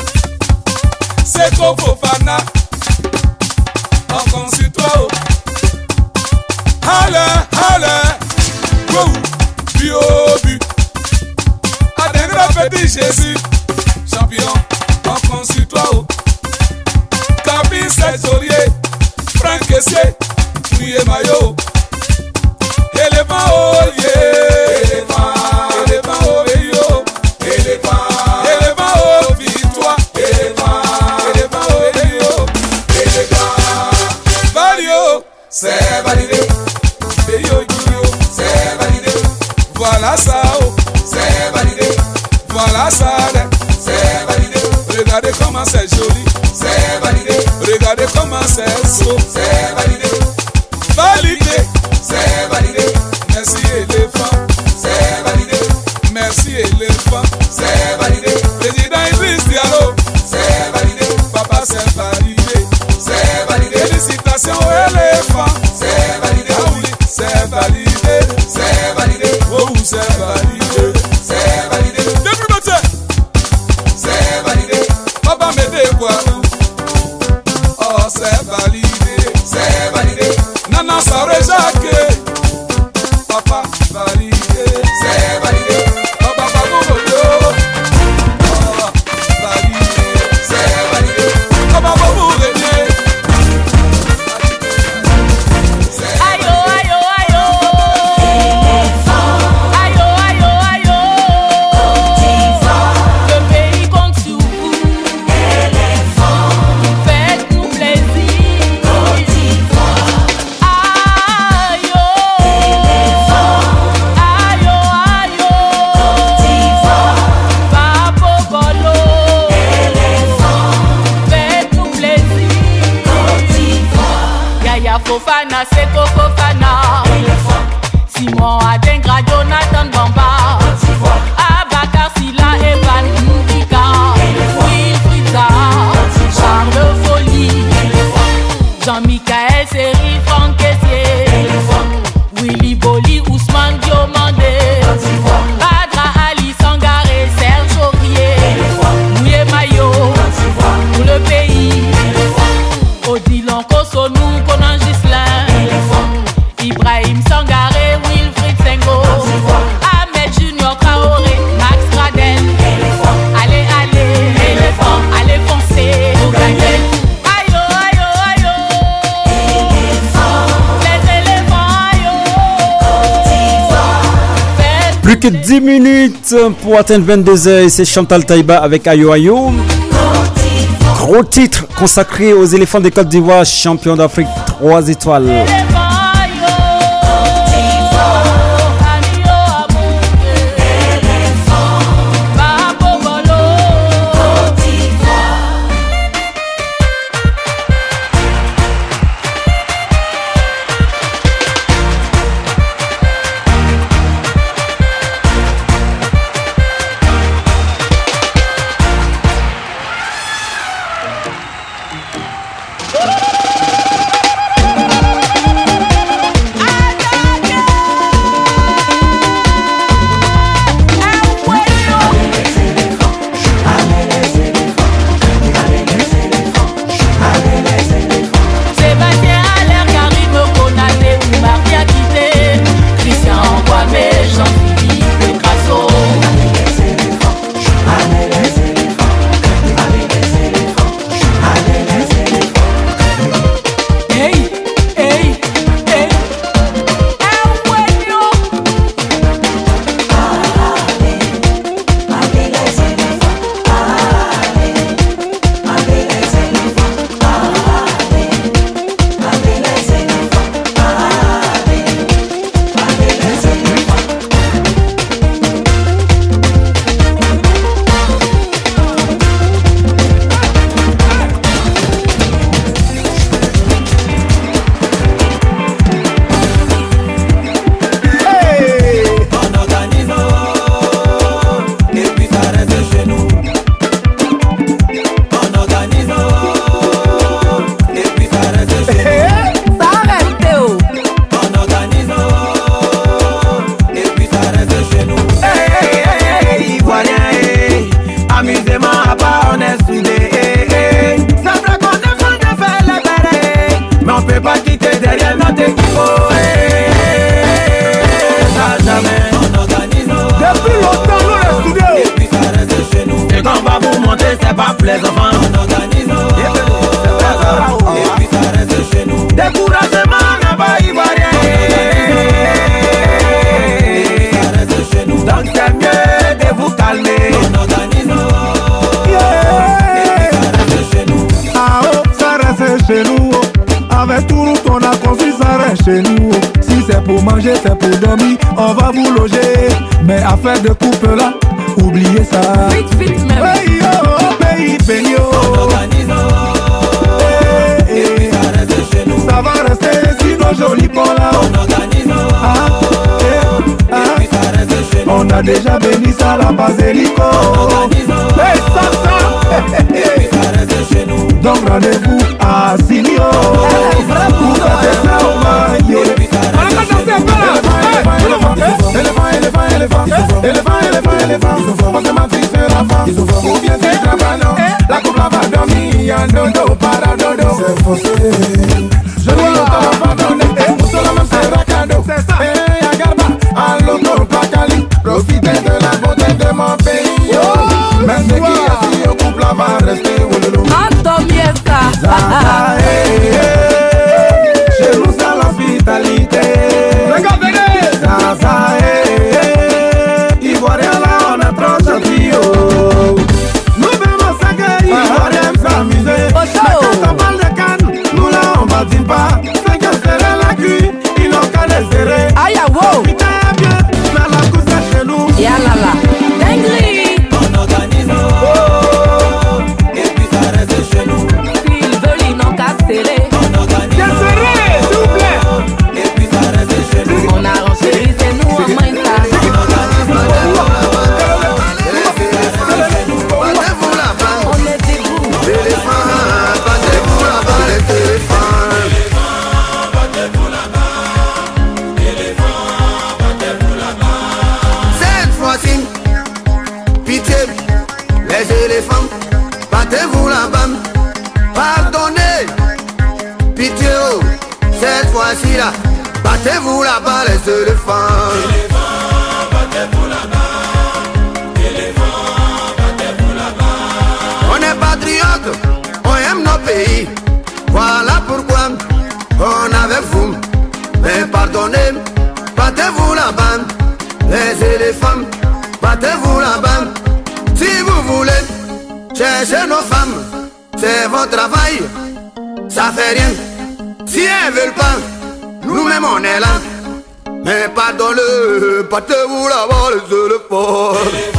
Q: C'est Fofana. On consulte-toi. Oh. Allez, allez. Wow. Bio, bu. Adengra petit Jésus. Champion. On consulte-toi. Oh. Capi Saint-Jolier. Franck Essier. Mouye mayo. Éléphant, oh yeah.
P: Éléphant.
Q: Éléphant, oh yo.
P: Éléphant.
Q: Éléphant, oh victoire.
P: Éléphant.
Q: Éléphant, oh yo.
P: Éléphant.
Q: Valio.
P: C'est validé.
Q: Beyo, yo.
P: C'est validé.
Q: Voilà ça, oh.
P: C'est validé.
Q: Voilà ça, là.
P: C'est validé.
Q: Regardez comment c'est joli.
P: C'est validé.
Q: Regardez comment c'est beau.
P: C'est validé.
Q: Validé.
P: C'est validé.
Q: Merci éléphant.
P: C'est validé.
Q: Merci éléphant.
P: C'est validé.
Q: Président Idriss Diallo.
P: C'est validé.
Q: Papa c'est validé.
P: C'est validé.
Q: Félicitations au éléphant.
P: C'est validé.
Q: Ah oui, c'est validé.
P: C'est validé.
Q: Oh, c'est validé.
P: C'est validé.
Q: Depuis matin.
P: C'est validé.
Q: Papa m'aide quoi? Oh, c'est validé.
P: C'est validé.
Q: Nana Saré Jacques. Papa validé.
P: C'est validé.
Q: Papa Babou Yo. Oh, validé.
P: C'est validé.
Q: Papa Babou René.
B: Ayo, ayo, ayo. Ayo, ayo, ayo. Le pays compte sur vous. Faites-nous plaisir. Ayo. Ayo, ayo. Papo Bolo. Faites-nous plaisir. Yaya Fofana, Seko Fofana. Simon Adengra, Jonathan Bamba. Abakar Silla, Evan Ndika. Wilfried Zaha, Charles Folie. Jean-Michael Seri, Franck Essier. Willy Boli, Ousmane Diomandé. Badra Ali Sangaré, Serge Aurier. Mouye Mayo, pour le pays. Odilon Kosonou, Conan Gislain. Ibrahim Sangaré, Wilfried Sengo. Ahmed Junior Traoré, Max Radel. Allez, allez, éléphant, allez foncer, vous gagnez. Ayo, ayo, ayo. Les éléphants, ayo. Faites
I: Plus que dix minutes pour atteindre vingt-deux heures. C'est Chantal Taïba avec Ayo Ayo. Gros titre consacré aux éléphants de Côte d'Ivoire, champion d'Afrique trois étoiles.
O: Avec tout route on a construit ça reste chez nous. Si c'est pour manger, c'est pour dormir, on va vous loger. Mais affaire de couple là, oubliez ça.
R: Vite, vite même.
O: Hey yo, pays, pays yo.
P: On organise,
O: hey,
P: et puis ça reste chez nous.
O: Ça va rester si nos jolis ponts là.
P: On organise,
O: ah, hey, ah.
P: et puis ça reste chez nous.
O: On a déjà béni ça la basilico.
P: On organise,
O: hey, ça, ça.
P: et puis ça reste chez nous.
O: Donc rendez-vous à Sinio. Pour faire ça au maillot.
P: Et puis ça reste chez nous.
O: Éléphant, éléphant, éléphant, éléphant, éléphant, éléphant. On se matrix sur la femme. Ou bien c'est travaillant. La couple va dormir. Y'a dodo, para dodo. C'est faussé. Je dis l'auto va donner. Ou solo même c'est racado. C'est ça. Et y'a garba. Allo, no, placali. Profitez de la beauté de mon pays. Même ce qui est si au couple va rester.
R: Antomiesta.
O: Chez nous c'est l'hospitalité. Zaza, Ivoirien là on a trop gentil. Nous même on sait que Ivoirien s'amuser. Mais quand on parle de Cannes, nous là on bâtit pas. C'est que serrer la cuisse, ils n'ont qu'à les serrer.
R: Aïe wow.
O: Putain bien, mais la couche chez nous.
R: Yalala, dinguerie.
P: On organise, et puis ça reste chez nous.
R: S'ils veulent, ils n'ont qu'à serrer.
P: On organise,
O: bien serré, s'il vous plaît.
P: et puis ça reste chez nous.
R: On a renchéri, c'est nous en main ça.
C: Battez-vous la balle,
R: On est des goûts.
C: éléphant. Battez-vous la balle, les éléphants. Cette fois-ci, pitié, les éléphants. Battez-vous la balle, pardonnez. Pitié, oh, cette fois-ci là. Battez-vous la balle, les éléphants. On est patriotes, on aime nos pays. Voilà pourquoi on est avec vous. Mais pardonnez, battez-vous la bande. Les éléphants, battez-vous la bande. Si vous voulez chercher nos femmes, c'est votre travail. Ça fait rien. Si elles veulent pas, nous-mêmes on est là. Mais pardonnez, battez-vous la bande, les éléphants.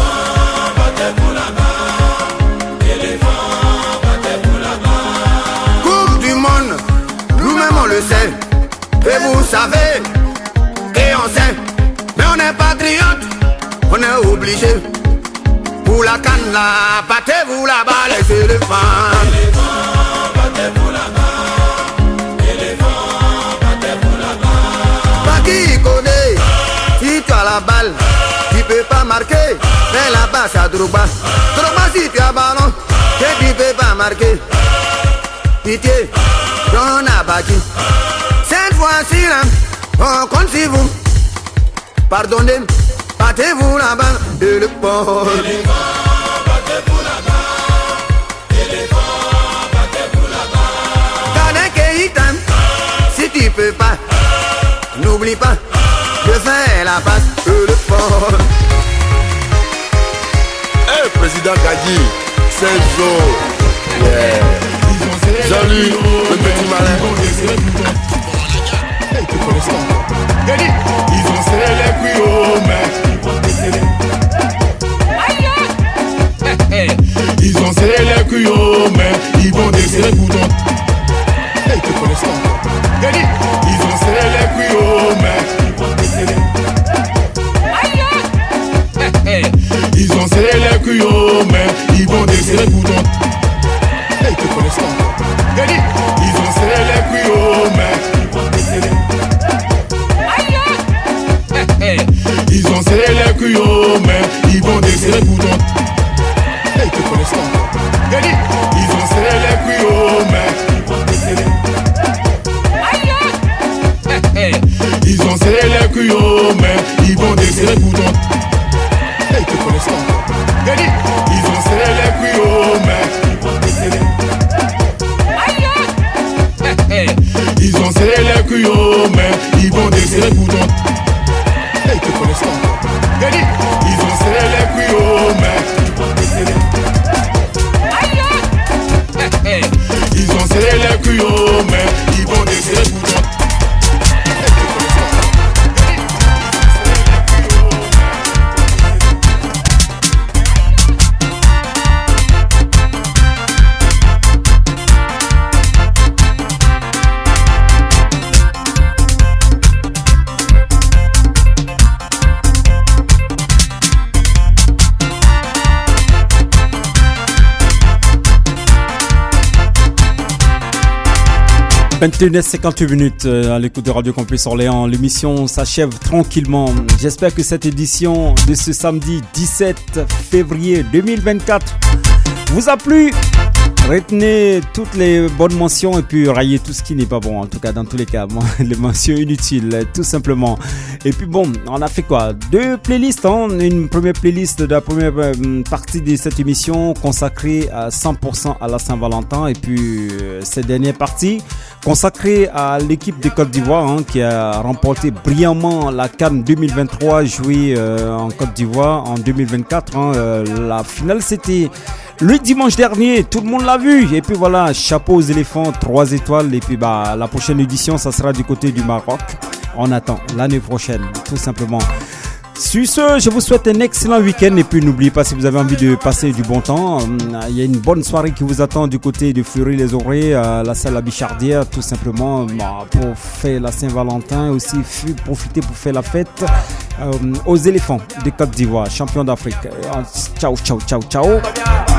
C: Coupe du monde, nous-mêmes on le sait. Et vous savez, et on sait. Mais on est patriote, on est obligé. Pour la canne là, battez-vous là-bas les éléphants. Pas qui connaît, si tu as la balle, tu peux pas marquer. Fais la passe à Drogba. Drogba si tu as ballon, que tu peux pas marquer. Pitié, on a battu. Cette fois-ci là, on compte sur vous. Pardonnez, battez-vous la balle et le port. Gardez Keïta, si tu peux pas, n'oublie pas de faire la passe et le port.
V: Hey, président Kadi, c'est Joe. Yeah. Salut, le petit malin.
D: Ils ont serré les cuits aux mains. Ils ont serré les cuits aux mains. Ils vont desserrer le bouton. Hey, tu connais ça? Ils ont serré les cuits aux mains. Ils ont serré les cuits aux mains. Ils vont desserrer le bouton. Hey, tu connais ça? Ils ont serré les cuits aux mains. Ils ont serré les cuits aux mains. Ils vont desserrer le bouton. Hey, tu connais ça? Ils ont serré les cuits aux mains. Ils ont serré les cuits aux mains. Ils vont desserrer le bouton. Hey, tu connais ça? Ils ont serré les cuits aux mains. Ils ont serré les cuits aux mains. Ils vont desserrer le bouton. Hey, tu connais ça? Ils ont serré les cuits aux mains. Ils ont serré les cuits aux mains. Ils vont desserrer
I: vingt et une heures cinquante-huit minutes à l'écoute de Radio Campus Orléans. L'émission s'achève tranquillement. J'espère que cette édition de ce samedi dix-sept février deux mille vingt-quatre vous a plu. Retenez toutes les bonnes mentions et puis raillez tout ce qui n'est pas bon. En tout cas, dans tous les cas, les mentions inutiles, tout simplement. Et puis bon, on a fait quoi? Deux playlists, hein? Une première playlist de la première partie de cette émission consacrée à cent pour cent à la Saint-Valentin. Et puis cette dernière partie consacrée à l'équipe de Côte d'Ivoire, hein, qui a remporté brillamment la CAN deux mille vingt-trois, jouée euh, en Côte d'Ivoire en deux mille vingt-quatre. Hein. Euh, la finale, c'était le dimanche dernier, tout le monde l'a vu. Et puis voilà, chapeau aux éléphants, trois étoiles. Et puis bah, la prochaine édition, ça sera du côté du Maroc. On attend l'année prochaine, tout simplement. Sur ce, je vous souhaite un excellent week-end. Et puis n'oubliez pas, si vous avez envie de passer du bon temps, il y a une bonne soirée qui vous attend du côté de Fleury-les-Aurès, à la salle La Bichardière, tout simplement bah, pour faire la Saint-Valentin. Aussi profiter pour faire la fête euh, aux éléphants de Côte d'Ivoire, champion d'Afrique. Ciao, ciao, ciao, ciao.